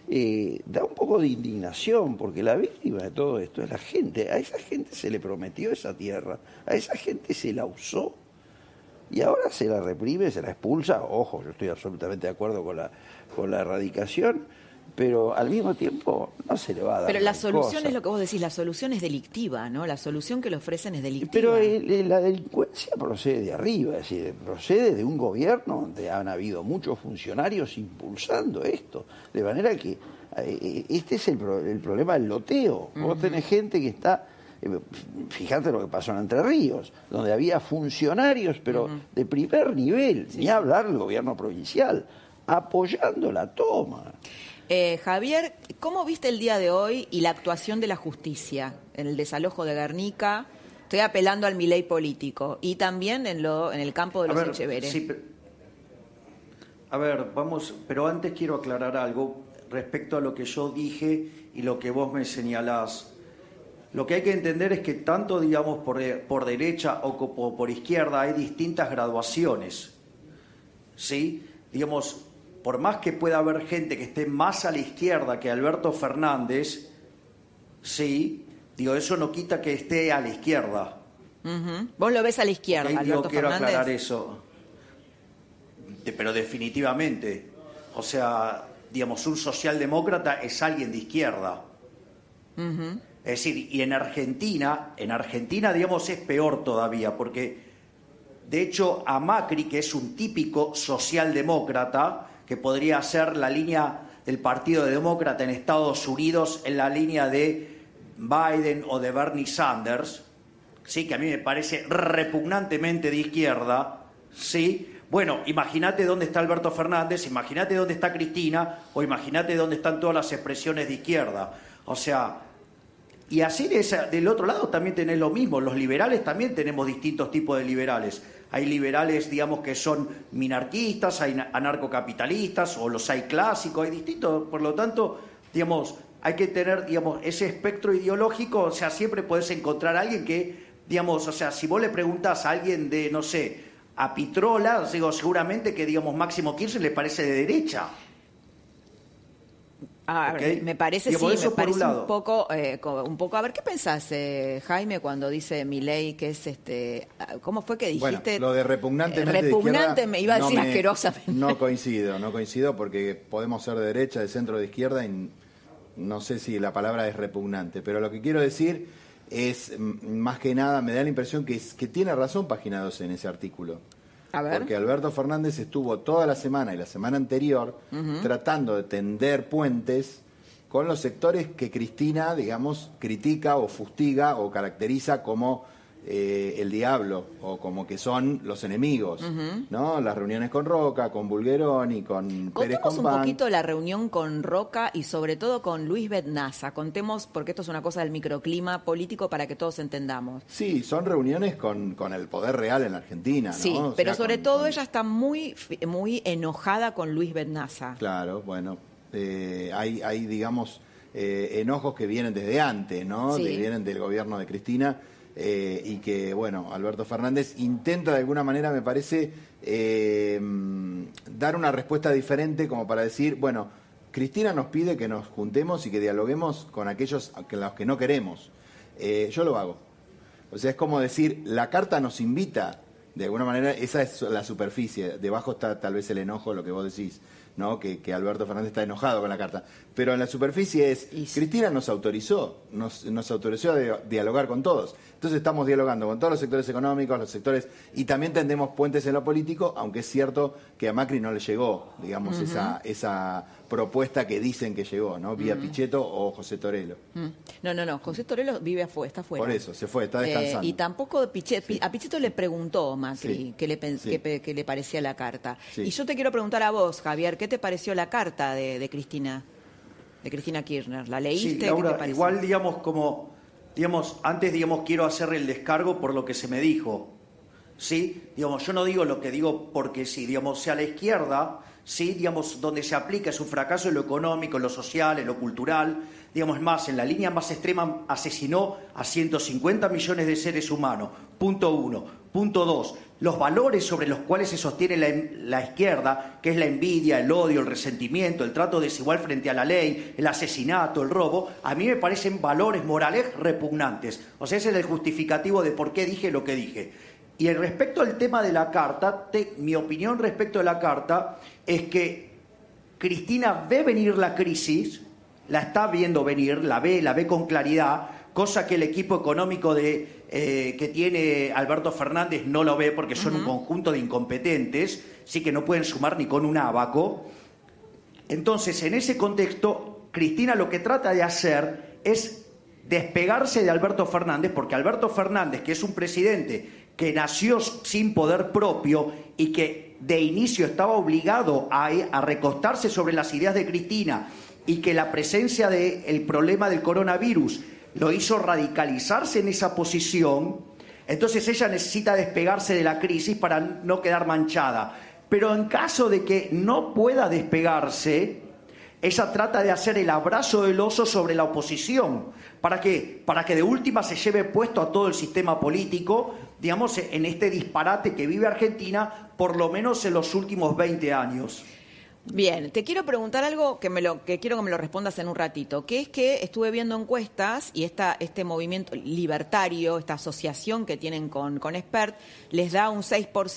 Da un poco de indignación, porque la víctima de todo esto es la gente. A esa gente se le prometió esa tierra, a esa gente se la usó, y ahora se la reprime, se la expulsa. Ojo, yo estoy absolutamente de acuerdo con la erradicación, pero al mismo tiempo no se le va a dar. Pero la solución es lo que vos decís, la solución es delictiva, ¿no? La solución que le ofrecen es delictiva. Pero la delincuencia procede de arriba, es decir, procede de un gobierno donde han habido muchos funcionarios impulsando esto, de manera que este es el problema del loteo. Vos tenés gente que está... Fíjate lo que pasó en Entre Ríos, donde había funcionarios, pero de primer nivel, ni hablar del gobierno provincial, apoyando la toma. Javier, ¿cómo viste el día de hoy y la actuación de la justicia en el desalojo de Guernica? Estoy apelando al Milei político y también en el campo de los Echeverre. Sí, vamos, pero antes quiero aclarar algo respecto a lo que yo dije y lo que vos me señalás. Lo que hay que entender es que tanto, digamos, por derecha o por izquierda hay distintas graduaciones, ¿sí? Digamos, por más que pueda haber gente que esté más a la izquierda que Alberto Fernández, ¿sí? Eso no quita que esté a la izquierda. ¿Vos lo ves a la izquierda, Alberto Fernández? Quiero aclarar eso, pero definitivamente. O sea, digamos, un socialdemócrata es alguien de izquierda. Es decir, y en Argentina, digamos, es peor todavía, porque De hecho, a Macri, que es un típico socialdemócrata, que podría ser la línea del Partido Demócrata en Estados Unidos en la línea de Biden o de Bernie Sanders, ¿sí? Que a mí me parece repugnantemente de izquierda, ¿sí? Bueno, imagínate dónde está Alberto Fernández, imagínate dónde está Cristina, o imagínate dónde están todas las expresiones de izquierda. O sea, y así del otro lado también tenés lo mismo. Los liberales también tenemos distintos tipos de liberales. Hay liberales, digamos, que son minarquistas, hay anarcocapitalistas, o los hay clásicos, hay distintos. Por lo tanto, digamos, hay que tener, digamos, ese espectro ideológico. O sea, siempre podés encontrar a alguien que, digamos, o sea, si vos le preguntás a alguien de, no sé, a Pitrola, digo, seguramente que, digamos, Máximo Kirchner le parece de derecha. ¿Okay? Me parece, digamos, sí, me parece un poco, a ver, ¿qué pensás, Jaime, cuando dice Milei que es ¿cómo fue que dijiste? Bueno, lo de repugnantemente repugnante, de izquierda, me iba a decir asquerosamente. No coincido porque podemos ser de derecha, de centro, de izquierda y no sé si la palabra es repugnante, pero lo que quiero decir es, más que nada, me da la impresión que tiene razón Página 12 en ese artículo. A ver. Porque Alberto Fernández estuvo toda la semana y la semana anterior tratando de tender puentes con los sectores que Cristina, digamos, critica o fustiga o caracteriza como el diablo o como que son los enemigos, ¿no? Las reuniones con Roca, con Bulgeroni, con Pérez Compán. Contemos un poquito la reunión con Roca y sobre todo con Luis Bednaza. Contemos, porque esto es una cosa del microclima político para que todos entendamos. Sí, son reuniones con el poder real en la Argentina, ¿no? Sí, pero sobre todo ella está muy enojada con Luis Bednaza. Claro, bueno, hay digamos, enojos que vienen desde antes, ¿no? Sí. Vienen del gobierno de Cristina. Y que, bueno, Alberto Fernández intenta de alguna manera, me parece, dar una respuesta diferente como para decir, bueno, Cristina nos pide que nos juntemos y que dialoguemos con aquellos a los que no queremos. Yo lo hago. O sea, es como decir, la carta nos invita, de alguna manera, esa es la superficie, debajo está tal vez el enojo, lo que vos decís, ¿no? Que Alberto Fernández está enojado con la carta. Pero en la superficie es, Cristina nos autorizó a dialogar con todos. Entonces estamos dialogando con todos los sectores económicos, los sectores, y también tendemos puentes en lo político, aunque es cierto que a Macri no le llegó, digamos, esa propuesta que dicen que llegó, ¿no? Vía Pichetto o José Torello. No, José Torello está afuera. Por eso, se fue, está descansando. Y tampoco a Pichetto le preguntó Macri qué le parecía la carta. Sí. Y yo te quiero preguntar a vos, Javier, ¿qué te pareció la carta de Cristina? De Cristina Kirchner. ¿La leíste? Sí, Laura, ¿qué te pareció? igual, digamos, antes, quiero hacer el descargo por lo que se me dijo. ¿Sí? Digamos, yo no digo lo que digo porque sí, digamos, sea la izquierda, sí, digamos, donde se aplica es un fracaso en lo económico, en lo social, en lo cultural. Digamos, más, en la línea más extrema asesinó a 150 millones de seres humanos. Punto 1. Punto 2. Los valores sobre los cuales se sostiene la izquierda, que es la envidia, el odio, el resentimiento, el trato desigual frente a la ley, el asesinato, el robo, a mí me parecen valores morales repugnantes. O sea, ese es el justificativo de por qué dije lo que dije. Y respecto al tema de la carta, mi opinión respecto de la carta es que Cristina ve venir la crisis, la está viendo venir, la ve con claridad, cosa que el equipo económico que tiene Alberto Fernández no lo ve porque son un conjunto de incompetentes, sí que no pueden sumar ni con un ábaco. Entonces, en ese contexto, Cristina lo que trata de hacer es despegarse de Alberto Fernández, porque Alberto Fernández, que es un presidente que nació sin poder propio y que de inicio estaba obligado a recostarse sobre las ideas de Cristina, y que la presencia del problema del coronavirus lo hizo radicalizarse en esa posición, entonces ella necesita despegarse de la crisis para no quedar manchada. Pero en caso de que no pueda despegarse, ella trata de hacer el abrazo del oso sobre la oposición. ¿Para qué? Para que de última se lleve puesto a todo el sistema político, digamos, en este disparate que vive Argentina, por lo menos en los últimos 20 años. Bien, te quiero preguntar algo que quiero que me lo respondas en un ratito, que es que estuve viendo encuestas y este movimiento libertario, esta asociación que tienen con Expert, les da un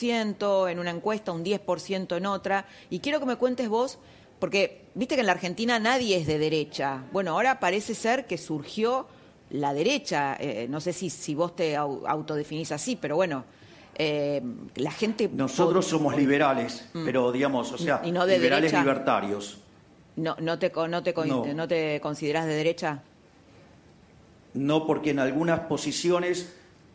6% en una encuesta, un 10% en otra, y quiero que me cuentes vos, porque viste que en la Argentina nadie es de derecha. Bueno, ahora parece ser que surgió la derecha, no sé si vos te autodefinís así, pero bueno, la gente... Nosotros somos liberales, pero digamos, o sea, ¿Y no de liberales derecha? libertarios. ¿No te consideras de derecha? No, porque en algunas posiciones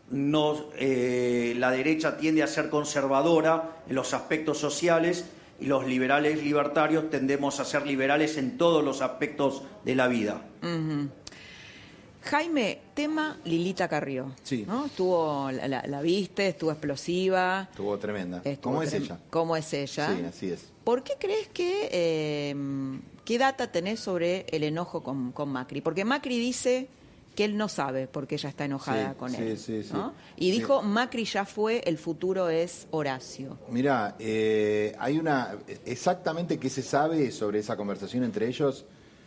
la derecha tiende a ser conservadora en los aspectos sociales y los liberales libertarios tendemos a ser liberales en todos los aspectos de la vida. Uh-huh. Jaime, tema Lilita Carrió. Sí. ¿No? La viste, estuvo explosiva. Estuvo tremenda. ¿Cómo es ella? ¿Cómo es ella? Sí, así es. ¿Por qué crees que... ¿Qué data tenés sobre el enojo con Macri? Porque Macri dice que él no sabe por qué ella está enojada con él. ¿no? Y dijo, Macri ya fue, el futuro es Horacio. Mirá, hay exactamente qué se sabe sobre esa conversación entre ellos.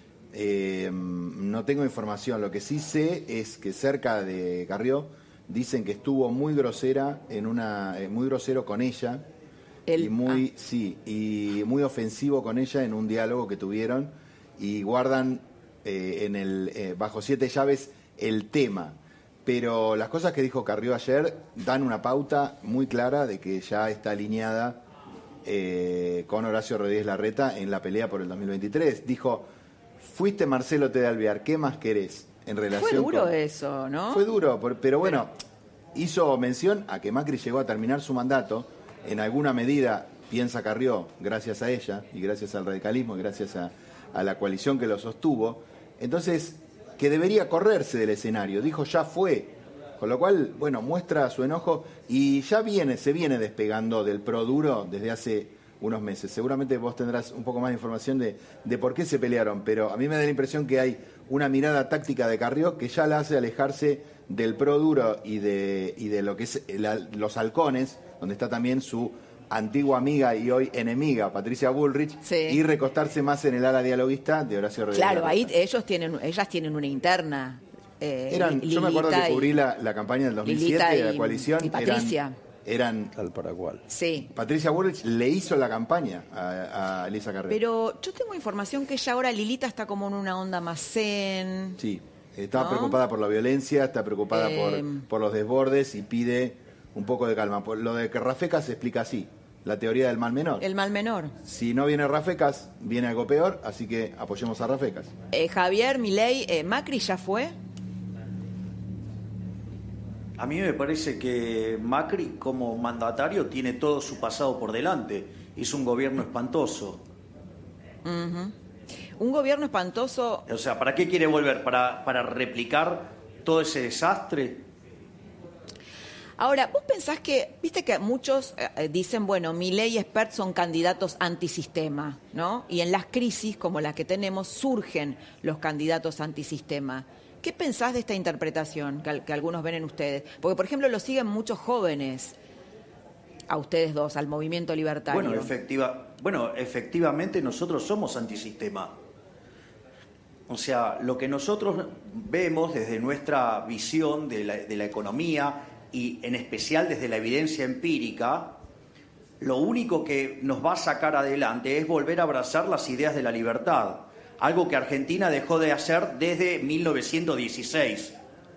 No tengo información. Lo que sí sé es que cerca de Carrió dicen que estuvo muy grosera muy grosero con ella y muy ofensivo con ella en un diálogo que tuvieron y guardan bajo 7 llaves el tema. Pero las cosas que dijo Carrió ayer dan una pauta muy clara de que ya está alineada con Horacio Rodríguez Larreta en la pelea por el 2023. Dijo: fuiste Marcelo T. de Alvear, ¿qué más querés? En relación fue duro eso, ¿no? Fue duro, pero bueno, hizo mención a que Macri llegó a terminar su mandato, en alguna medida, piensa Carrió, gracias a ella, y gracias al radicalismo, y gracias a la coalición que lo sostuvo, entonces, que debería correrse del escenario, dijo ya fue, con lo cual, bueno, muestra su enojo, y ya se viene despegando del pro duro desde hace unos meses. Seguramente vos tendrás un poco más de información de por qué se pelearon, pero a mí me da la impresión que hay una mirada táctica de Carrió que ya la hace alejarse del pro duro y de lo que es los halcones, donde está también su antigua amiga y hoy enemiga, Patricia Bullrich, y recostarse más en el ala dialoguista de Horacio Rodríguez. Claro, ahí ellas tienen una interna. Yo me acuerdo que cubrí la campaña del 2007 de la coalición. Y Patricia. Eran tal para cual. Sí. Patricia Bullrich le hizo la campaña a Elisa Carrió. Pero yo tengo información que ella ahora, Lilita, está como en una onda más zen. Sí, estaba preocupada por la violencia, está preocupada por los desbordes y pide un poco de calma. Por lo de que Rafecas se explica así, la teoría del mal menor. El mal menor. Si no viene Rafecas, viene algo peor, así que apoyemos a Rafecas. Javier, Milei, ¿Macri ya fue? A mí me parece que Macri, como mandatario, tiene todo su pasado por delante. Hizo un gobierno espantoso. Uh-huh. Un gobierno espantoso... O sea, ¿para qué quiere volver? ¿Para replicar todo ese desastre? Ahora, vos pensás que, viste que muchos dicen, bueno, Milei y Espert son candidatos antisistema, ¿no? Y en las crisis como las que tenemos surgen los candidatos antisistema. ¿Qué pensás de esta interpretación que algunos ven en ustedes? Porque, por ejemplo, lo siguen muchos jóvenes, a ustedes dos, al movimiento libertario. Bueno, efectivamente nosotros somos antisistema. O sea, lo que nosotros vemos desde nuestra visión de la economía y en especial desde la evidencia empírica, lo único que nos va a sacar adelante es volver a abrazar las ideas de la libertad. Algo que Argentina dejó de hacer desde 1916,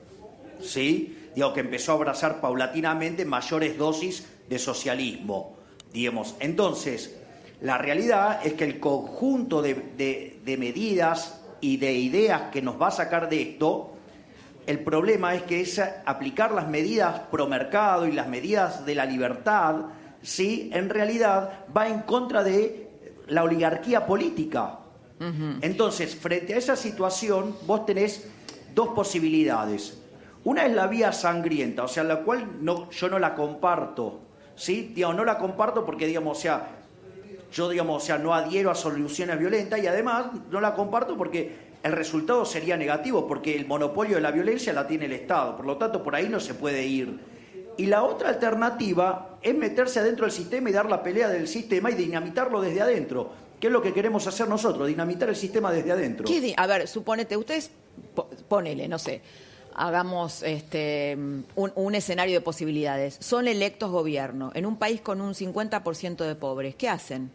¿sí? Digo, que empezó a abrazar paulatinamente mayores dosis de socialismo, digamos. Entonces, la realidad es que el conjunto de medidas y de ideas que nos va a sacar de esto, el problema es que es aplicar las medidas pro mercado y las medidas de la libertad, ¿sí? En realidad va en contra de la oligarquía política. Entonces, frente a esa situación, vos tenés dos posibilidades. Una es la vía sangrienta, o sea, la cual yo no la comparto, ¿sí? Digamos, no la comparto porque, digamos, o sea, yo, digamos, o sea, no adhiero a soluciones violentas y además no la comparto porque el resultado sería negativo, porque el monopolio de la violencia la tiene el Estado, por lo tanto, por ahí no se puede ir. Y la otra alternativa es meterse adentro del sistema y dar la pelea del sistema y dinamitarlo desde adentro. ¿Qué es lo que queremos hacer nosotros? Dinamitar el sistema desde adentro. A ver, suponete, ustedes, ponele, no sé, hagamos un escenario de posibilidades. Son electos gobierno en un país con un 50% de pobres. ¿Qué hacen?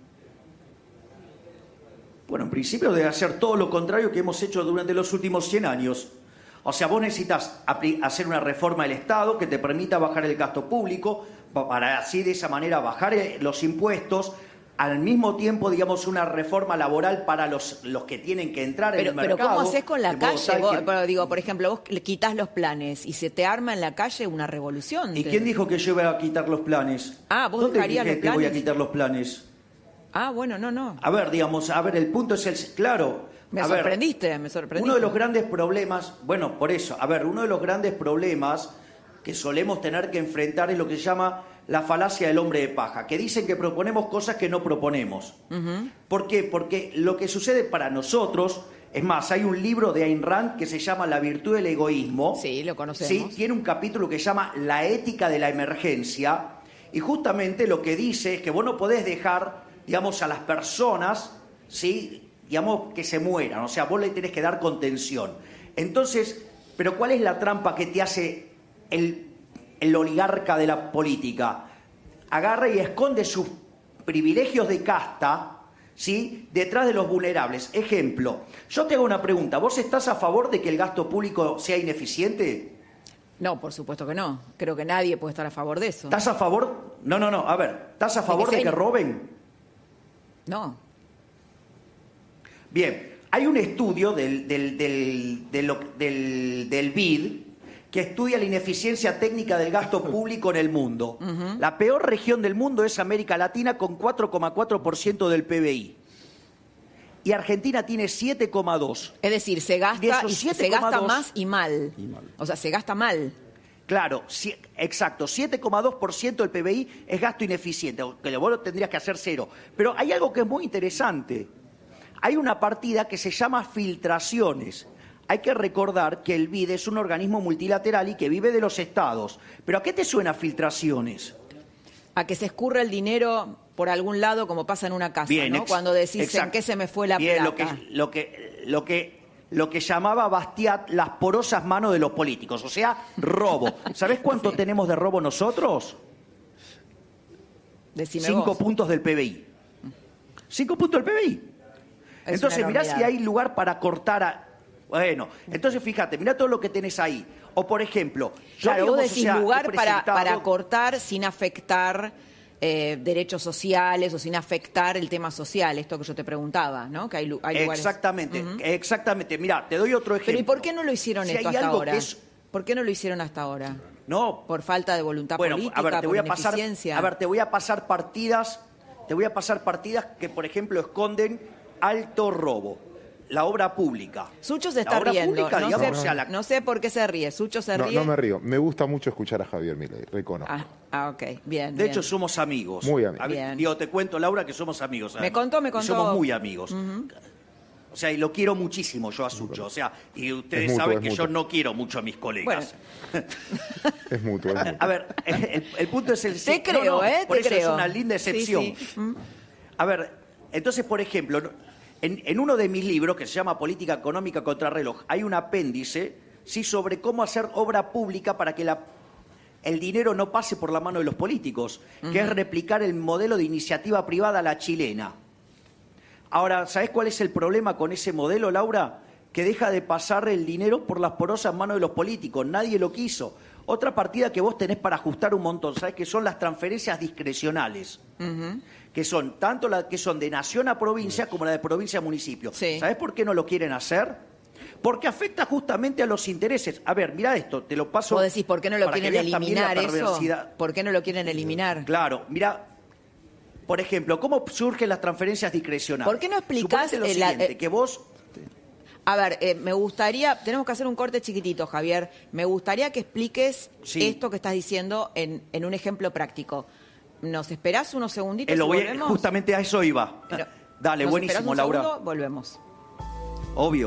Bueno, en principio debe hacer todo lo contrario que hemos hecho durante los últimos 100 años. O sea, vos necesitas hacer una reforma del Estado que te permita bajar el gasto público, para así de esa manera bajar los impuestos, al mismo tiempo, digamos, una reforma laboral para los que tienen que entrar en el mercado. Pero ¿cómo haces con la calle? Vos, que... digo, por ejemplo, vos le quitas los planes y se te arma en la calle una revolución. ¿Y quién dijo que yo iba a quitar los planes? ¿Vos ¿Dónde dejarías dije los que planes? voy a quitar los planes? Bueno, no. A ver, digamos, el punto es claro. Me sorprendiste. Uno de los grandes problemas, bueno, por eso, uno de los grandes problemas que solemos tener que enfrentar es lo que se llama la falacia del hombre de paja, que dicen que proponemos cosas que no proponemos. Uh-huh. ¿Por qué? Porque lo que sucede para nosotros, es más, hay un libro de Ayn Rand que se llama La virtud del egoísmo. Sí, lo conocemos. Sí, tiene un capítulo que se llama La ética de la emergencia, y justamente lo que dice es que vos no podés dejar, digamos, a las personas, ¿sí?, digamos, que se mueran, o sea, vos le tenés que dar contención. Entonces, ¿pero cuál es la trampa que te hace el oligarca de la política? Agarra y esconde sus privilegios de casta, ¿sí?, detrás de los vulnerables. Ejemplo, yo te hago una pregunta. ¿Vos estás a favor de que el gasto público sea ineficiente? No, por supuesto que no. Creo que nadie puede estar a favor de eso. ¿Estás a favor? No. A ver, ¿estás a favor de que roben? No. Bien, hay un estudio del BID que estudia la ineficiencia técnica del gasto público en el mundo. Uh-huh. La peor región del mundo es América Latina, con 4,4% del PBI. Y Argentina tiene 7,2%. Es decir, se gasta más y mal. O sea, se gasta mal. Claro, exacto, 7,2% del PBI es gasto ineficiente, que vos lo tendrías que hacer cero. Pero hay algo que es muy interesante. Hay una partida que se llama filtraciones. Hay que recordar que el BID es un organismo multilateral y que vive de los estados. ¿Pero a qué te suena filtraciones? A que se escurra el dinero por algún lado, como pasa en una casa, bien, ¿no? Cuando decís exacto. en qué se me fue la bien, plata. Lo que llamaba Bastiat las porosas manos de los políticos, o sea, robo. ¿Sabés cuánto tenemos de robo nosotros? Decime 5 vos. puntos del PBI. 5 puntos del PBI. Es entonces, mirá si hay lugar para cortar Bueno, entonces fíjate, mirá todo lo que tenés ahí. O por ejemplo... Claro, vos decís lugar para cortar sin afectar derechos sociales o sin afectar el tema social, esto que yo te preguntaba, ¿no? Que hay lugares... Exactamente, exactamente. Mirá, te doy otro ejemplo. Pero ¿y por qué no lo hicieron esto hasta ahora? ¿Por qué no lo hicieron hasta ahora? No. ¿Por falta de voluntad política, por ineficiencia? Te voy a pasar partidas que, por ejemplo, esconden alto robo. La obra pública. Sucho se está riendo. Pública, no sé por qué se ríe. Sucho se ríe. No me río. Me gusta mucho escuchar a Javier Milei, reconozco. Ok, bien. De hecho, somos amigos. Muy amigos. Digo, te cuento, Laura, que somos amigos. Me contó. Y somos muy amigos. O sea, y lo quiero muchísimo yo a Sucho. O sea, y ustedes saben que yo no quiero mucho a mis colegas. Bueno. Es mutuo. A ver, el punto es el... Te creo, por te eso creo. Es una linda excepción. Sí. A ver, entonces, por ejemplo... En uno de mis libros, que se llama Política Económica contra Reloj, hay un apéndice sobre cómo hacer obra pública para que el dinero no pase por la mano de los políticos, que es replicar el modelo de iniciativa privada a la chilena. Ahora, ¿sabés cuál es el problema con ese modelo, Laura? Que deja de pasar el dinero por las porosas manos de los políticos. Nadie lo quiso. Otra partida que vos tenés para ajustar un montón, ¿sabés? Que son las transferencias discrecionales. Que son tanto las que son de nación a provincia como la de provincia a municipio. Sí. ¿Sabés por qué no lo quieren hacer? Porque afecta justamente a los intereses. A ver, mirá esto, te lo paso. Vos decís, ¿por qué no lo quieren eliminar eso? ¿Por qué no lo quieren eliminar? Claro, mirá, por ejemplo, ¿cómo surgen las transferencias discrecionales? ¿Por qué no explicás lo siguiente, que vos... A ver, me gustaría, tenemos que hacer un corte chiquitito, Javier. Me gustaría que expliques esto que estás diciendo en un ejemplo práctico. ¿Nos esperás unos segunditos y volvemos? Justamente a eso iba. Dale, buenísimo, Laura. Segundo, volvemos. Obvio.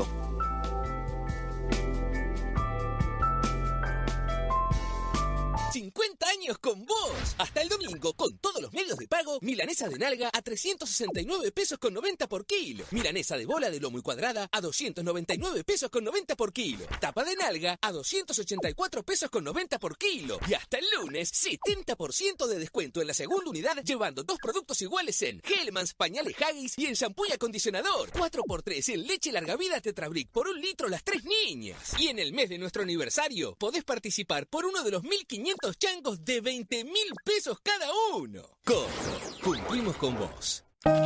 Con vos. Hasta el domingo, con todos los medios de pago, milanesa de nalga a 369 pesos con 90 por kilo. Milanesa de bola de lomo y cuadrada a 299 pesos con 90 por kilo. Tapa de nalga a 284 pesos con 90 por kilo. Y hasta el lunes, 70% de descuento en la segunda unidad, llevando 2 productos iguales en Hellmann's, pañales Haggis y en shampoo y acondicionador. 4x3 en leche larga vida Tetrabric por 1 litro las 3 niñas. Y en el mes de nuestro aniversario, podés participar por uno de los 1500 changos bonos de 20.000 pesos cada uno. Coto, cumplimos con vos.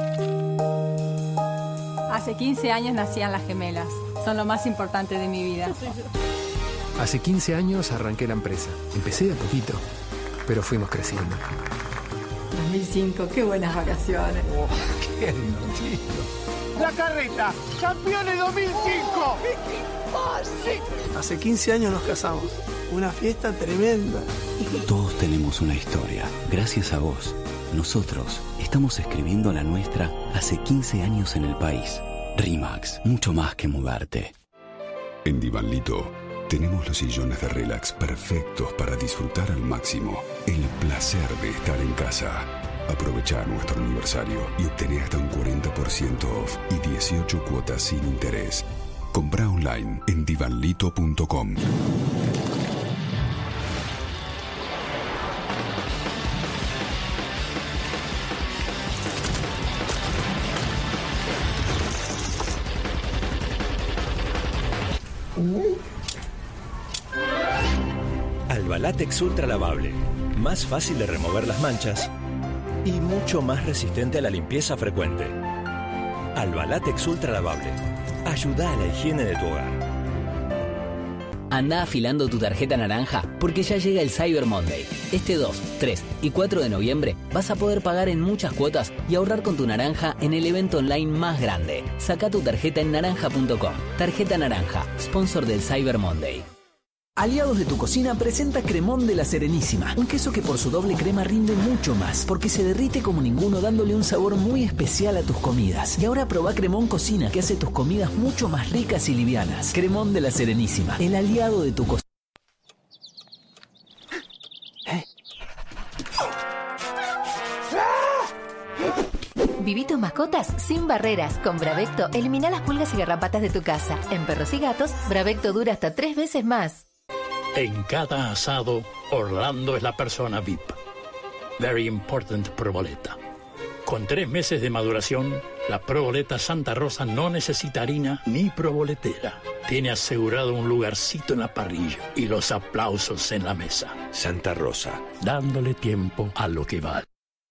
Hace 15 años nacían las gemelas. Son lo más importante de mi vida. Hace 15 años arranqué la empresa. Empecé de a poquito, pero fuimos creciendo. 2005, qué buenas vacaciones. Oh, qué divertido. La carreta, campeones 2005. Hace 15 años nos casamos. Una fiesta tremenda. Todos tenemos una historia. Gracias a vos, nosotros estamos escribiendo la nuestra hace 15 años en el país. RE/MAX, mucho más que mudarte. En Divanlito tenemos los sillones de relax perfectos para disfrutar al máximo el placer de estar en casa. Aprovecha nuestro aniversario y obtené hasta un 40% off y 18 cuotas sin interés. Comprá online en divanlito.com. Alba-Látex Ultra Lavable, más fácil de remover las manchas y mucho más resistente a la limpieza frecuente. Alba-Látex Ultra Lavable, ayuda a la higiene de tu hogar. Anda afilando tu tarjeta naranja porque ya llega el Cyber Monday. Este 2, 3 y 4 de noviembre vas a poder pagar en muchas cuotas y ahorrar con tu naranja en el evento online más grande. Saca tu tarjeta en naranja.com. Tarjeta Naranja, sponsor del Cyber Monday. Aliados de tu Cocina presenta Cremón de la Serenísima, un queso que por su doble crema rinde mucho más, porque se derrite como ninguno dándole un sabor muy especial a tus comidas. Y ahora probá Cremón Cocina, que hace tus comidas mucho más ricas y livianas. Cremón de la Serenísima, el aliado de tu cocina. Viví tus mascotas sin barreras. Con Bravecto elimina las pulgas y garrapatas de tu casa. En perros y gatos, Bravecto dura hasta 3 veces más. En cada asado, Orlando es la persona VIP. Very important proboleta. Con 3 meses de maduración, la proboleta Santa Rosa no necesita harina ni proboletera. Tiene asegurado un lugarcito en la parrilla y los aplausos en la mesa. Santa Rosa, dándole tiempo a lo que vale.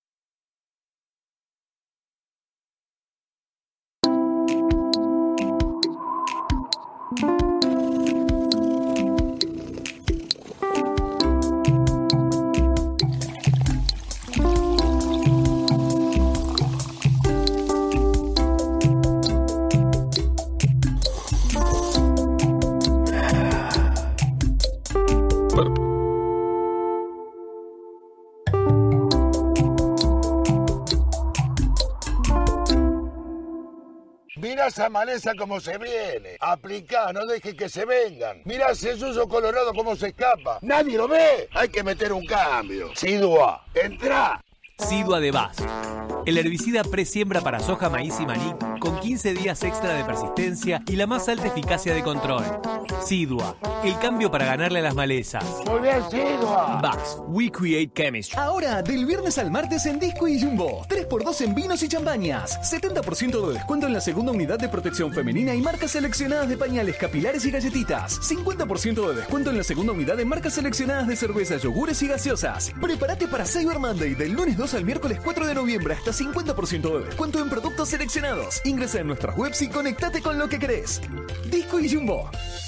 Mirá esa maleza como se viene. Aplicá, no dejes que se vengan. Mirá ese suyo colorado como se escapa. Nadie lo ve. Hay que meter un cambio. Sidua, entrá. Sidua de Vaz. El herbicida presiembra para soja, maíz y maní con 15 días extra de persistencia y la más alta eficacia de control. Sidua, el cambio para ganarle a las malezas. Muy bien, Sidua. Vaz, we create chemistry. Ahora, del viernes al martes en Disco y Jumbo. 3x2 en vinos y champañas. 70% de descuento en la segunda unidad de protección femenina y marcas seleccionadas de pañales, capilares y galletitas. 50% de descuento en la segunda unidad de marcas seleccionadas de cervezas, yogures y gaseosas. Prepárate para Cyber Monday del lunes 2 al miércoles 4 de noviembre hasta 50% de descuento en productos seleccionados. Ingresa en nuestras webs y conectate con lo que querés. Disco y Jumbo.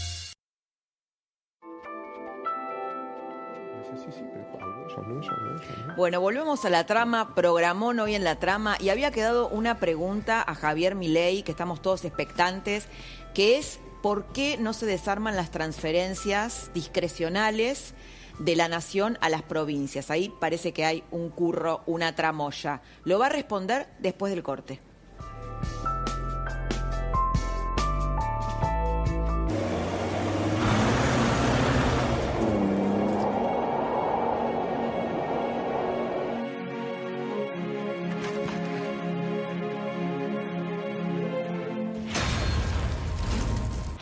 Bueno, volvemos a la trama, programón hoy en la trama y había quedado una pregunta a Javier Milei, que estamos todos expectantes, que es ¿por qué no se desarman las transferencias discrecionales de la nación a las provincias? Ahí parece que hay un curro, una tramoya. Lo va a responder después del corte.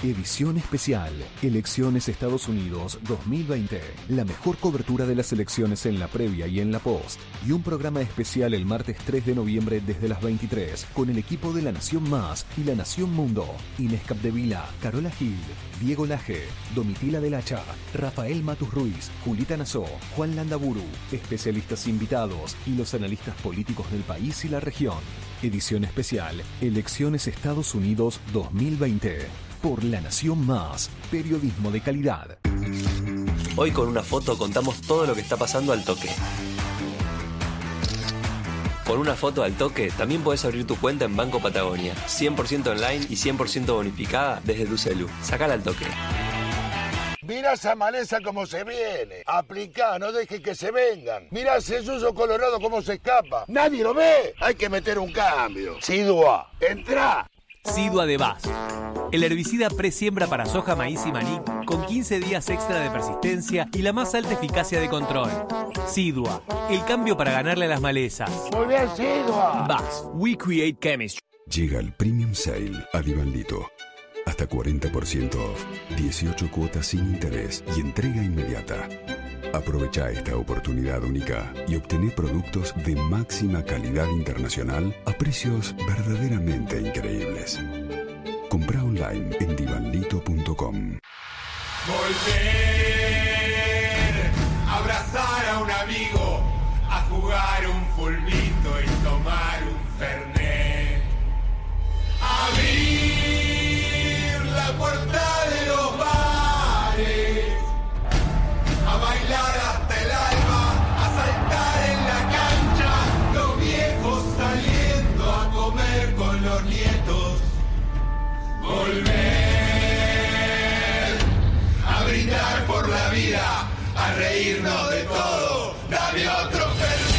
Edición especial. Elecciones Estados Unidos 2020. La mejor cobertura de las elecciones en la previa y en la post. Y un programa especial el martes 3 de noviembre desde las 23 con el equipo de La Nación Más y La Nación Mundo. Inés Capdevila, Carola Gil, Diego Laje, Domitila del Hacha, Rafael Matus Ruiz, Julita Nazó, Juan Landaburu, especialistas invitados y los analistas políticos del país y la región. Edición especial. Elecciones Estados Unidos 2020. Por La Nación Más, periodismo de calidad. Hoy con una foto contamos todo lo que está pasando al toque. Con una foto al toque también podés abrir tu cuenta en Banco Patagonia, 100% online y 100% bonificada desde tu celu. Sacala al toque. Mirá esa maleza como se viene. Aplicá, no dejes que se vengan. Mirá ese suyo colorado como se escapa. Nadie lo ve. Hay que meter un cambio. Sidua, entrá. Sidua de Vaz. El herbicida presiembra para soja, maíz y maní con 15 días extra de persistencia y la más alta eficacia de control. Sidua, el cambio para ganarle a las malezas. Muy bien, Sidua. Vaz, we create chemistry. Llega el Premium Sale a Divaldito. Hasta 40% off, 18 cuotas sin interés y entrega inmediata. Aprovecha esta oportunidad única y obtené productos de máxima calidad internacional a precios verdaderamente increíbles. Comprá online en divaldito.com. Volver, abrazar a un amigo, a jugar un fulbito y tomar un fernet. Abrir la puerta de los bares, a bailar hasta el alba, a saltar en la cancha, los viejos saliendo a comer con los nietos. Volver a brindar por la vida, a reírnos de todo. Dame otro fernet.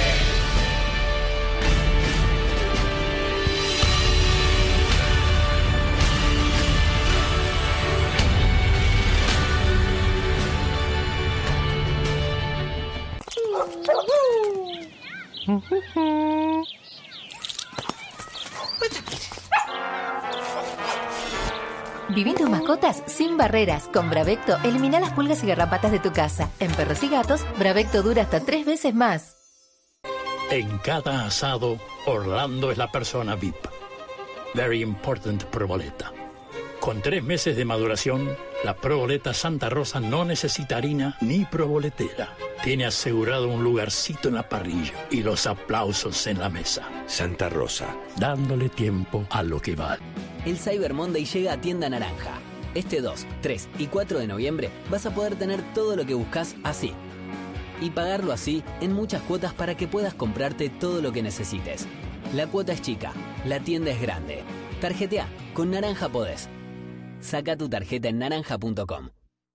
Viví tus mascotas sin barreras. Con Bravecto, elimina las pulgas y garrapatas de tu casa. En perros y gatos, Bravecto dura hasta 3 veces más. En cada asado, Orlando es la persona VIP. Very important proboleta. Con 3 meses de maduración, la proboleta Santa Rosa no necesita harina ni proboletera. Tiene asegurado un lugarcito en la parrilla y los aplausos en la mesa. Santa Rosa, dándole tiempo a lo que vale. El Cyber Monday llega a Tienda Naranja. Este 2, 3 y 4 de noviembre vas a poder tener todo lo que buscas así. Y pagarlo así en muchas cuotas para que puedas comprarte todo lo que necesites. La cuota es chica, la tienda es grande. Tarjetea, con Naranja podés. Saca tu tarjeta en naranja.com.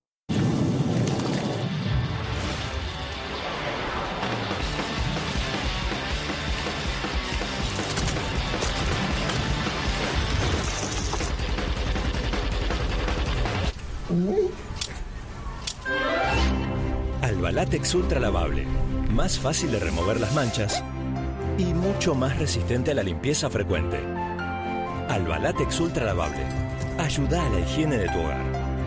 Albalátex Ultra Lavable. Más fácil de remover las manchas y mucho más resistente a la limpieza frecuente. Albalátex Ultra Lavable. Ayuda a la higiene de tu hogar.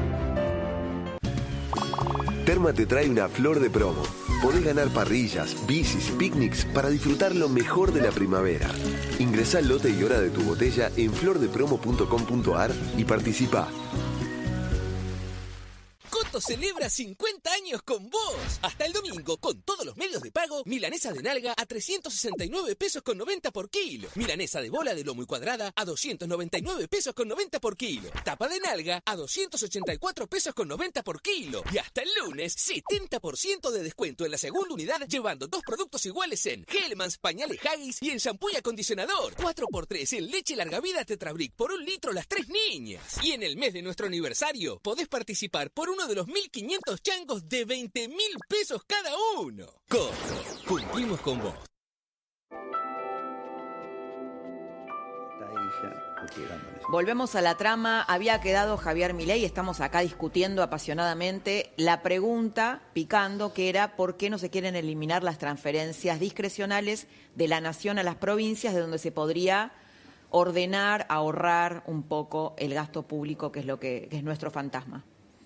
Terma te trae una flor de promo. Podés ganar parrillas, bicis, picnics para disfrutar lo mejor de la primavera. Ingresá al lote y hora de tu botella en flordepromo.com.ar y participa. Coto celebra 50 años con vos. Hasta el domingo, con todos los medios de pago, milanesa de nalga a 369 pesos con 90 por kilo. Milanesa de bola de lomo y cuadrada a 299 pesos con 90 por kilo. Tapa de nalga a 284 pesos con 90 por kilo. Y hasta el lunes, 70% de descuento en la segunda unidad, llevando 2 productos iguales en Hellmann's, pañales Haggis y en shampoo y acondicionador. 4x3 en leche larga vida Tetrabric por 1 litro las 3 niñas. Y en el mes de nuestro aniversario, podés participar por uno de los 1.500 changos de 20.000 pesos cada uno. Coto, cumplimos con vos. Volvemos a la trama. Había quedado Javier Milei, estamos acá discutiendo apasionadamente la pregunta, picando, que era ¿por qué no se quieren eliminar las transferencias discrecionales de la nación a las provincias, de donde se podría ordenar, ahorrar un poco el gasto público, que es nuestro fantasma?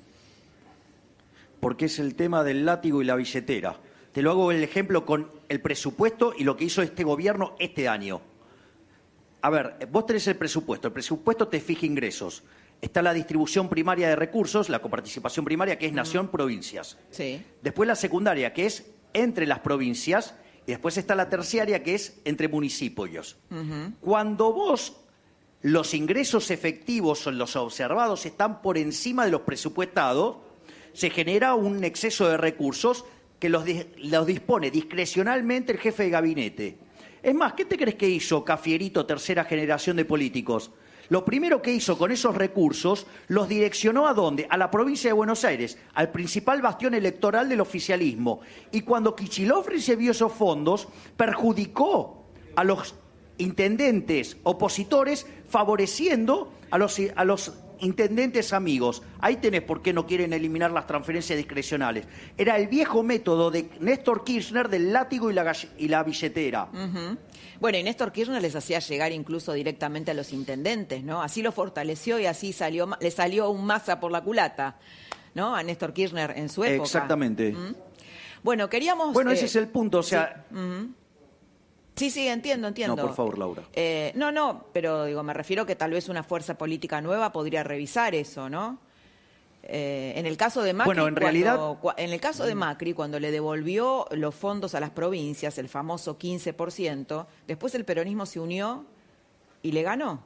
Porque es el tema del látigo y la billetera. Te lo hago el ejemplo con el presupuesto y lo que hizo este gobierno este año. A ver, vos tenés el presupuesto te fija ingresos. Está la distribución primaria de recursos, la coparticipación primaria, que es nación-provincias. Sí. Después la secundaria, que es entre las provincias, y después está la terciaria, que es entre municipios. Cuando vos los ingresos efectivos o los observados están por encima de los presupuestados, se genera un exceso de recursos que los dispone discrecionalmente el jefe de gabinete. Es más, ¿qué te crees que hizo Cafierito, tercera generación de políticos? Lo primero que hizo con esos recursos, los direccionó ¿a dónde? A la provincia de Buenos Aires, al principal bastión electoral del oficialismo. Y cuando Kicillof recibió esos fondos, perjudicó a los intendentes opositores, favoreciendo a los intendentes amigos. Ahí tenés por qué no quieren eliminar las transferencias discrecionales. Era el viejo método de Néstor Kirchner del látigo y la billetera. Bueno, y Néstor Kirchner les hacía llegar incluso directamente a los intendentes, ¿no? Así lo fortaleció y así le salió un Massa por la culata, ¿no? A Néstor Kirchner en su época. Exactamente. Bueno, queríamos... Bueno, ese es el punto, o sea... Sí, entiendo. No, por favor, Laura. No, pero digo, me refiero que tal vez una fuerza política nueva podría revisar eso, ¿no? En el caso de Macri, bueno, en realidad... en el caso de Macri, cuando le devolvió los fondos a las provincias, el famoso 15%, después el peronismo se unió y le ganó.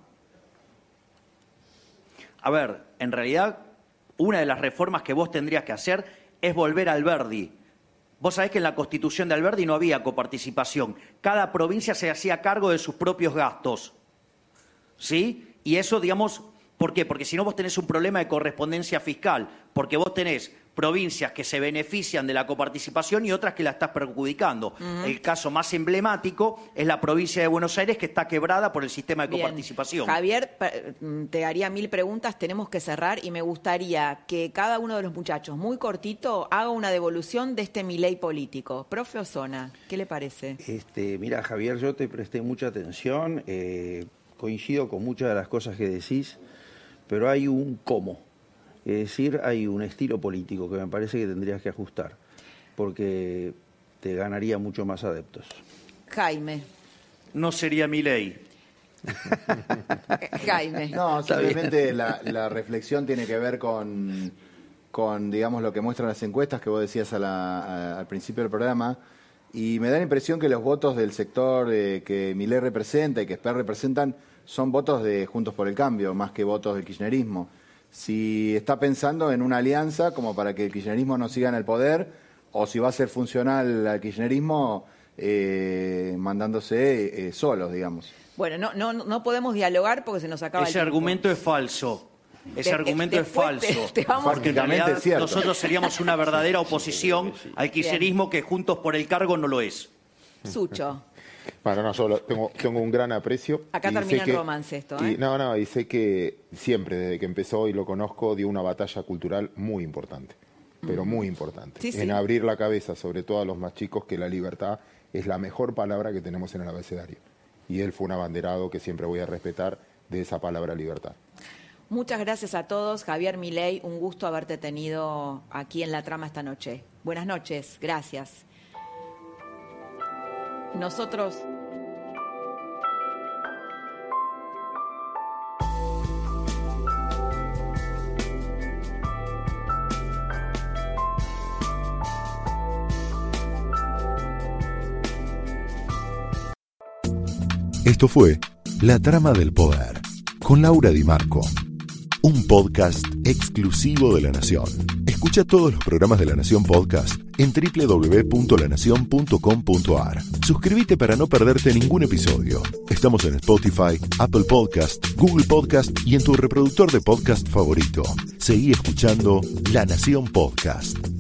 A ver, en realidad, una de las reformas que vos tendrías que hacer es volver al Alberdi. Vos sabés que en la Constitución de Alberdi no había coparticipación. Cada provincia se hacía cargo de sus propios gastos. ¿Sí? Y eso, digamos, ¿por qué? Porque si no vos tenés un problema de correspondencia fiscal, porque vos tenés provincias que se benefician de la coparticipación y otras que la estás perjudicando. El caso más emblemático es la provincia de Buenos Aires, que está quebrada por el sistema de coparticipación. Javier, te haría 1000 preguntas, tenemos que cerrar y me gustaría que cada uno de los muchachos, muy cortito, haga una devolución de este Milei político. Profe Osona, ¿qué le parece? Mira, Javier, yo te presté mucha atención, coincido con muchas de las cosas que decís, pero hay un cómo. Es decir, hay un estilo político que me parece que tendrías que ajustar, porque te ganaría mucho más adeptos. Jaime. No sería Milei. Jaime. No, simplemente la reflexión tiene que ver con, digamos, lo que muestran las encuestas que vos decías al principio del programa, y me da la impresión que los votos del sector que Milei representa y que Esper representan son votos de Juntos por el Cambio, más que votos del kirchnerismo. Si está pensando en una alianza como para que el kirchnerismo no siga en el poder, o si va a ser funcional al kirchnerismo mandándose solos, digamos. Bueno, no podemos dialogar porque se nos acaba el tiempo. Ese argumento es falso. Ese argumento es falso. Porque en realidad nosotros seríamos una verdadera oposición al kirchnerismo que Juntos por el Cargo no lo es. Sucho. Bueno, no, solo tengo un gran aprecio. Acá termina el romance esto, ¿eh? Y sé que siempre, desde que empezó y lo conozco, dio una batalla cultural muy importante, pero muy importante. En abrir la cabeza, sobre todo a los más chicos, que la libertad es la mejor palabra que tenemos en el abecedario. Y él fue un abanderado que siempre voy a respetar de esa palabra libertad. Muchas gracias a todos. Javier Milei, un gusto haberte tenido aquí en La Trama esta noche. Buenas noches, gracias. Nosotros... Esto fue La Trama del Poder, con Laura Di Marco. Un podcast exclusivo de La Nación. Escucha todos los programas de La Nación Podcast en www.lanacion.com.ar. Suscríbete para no perderte ningún episodio. Estamos en Spotify, Apple Podcast, Google Podcast y en tu reproductor de podcast favorito. Seguí escuchando La Nación Podcast.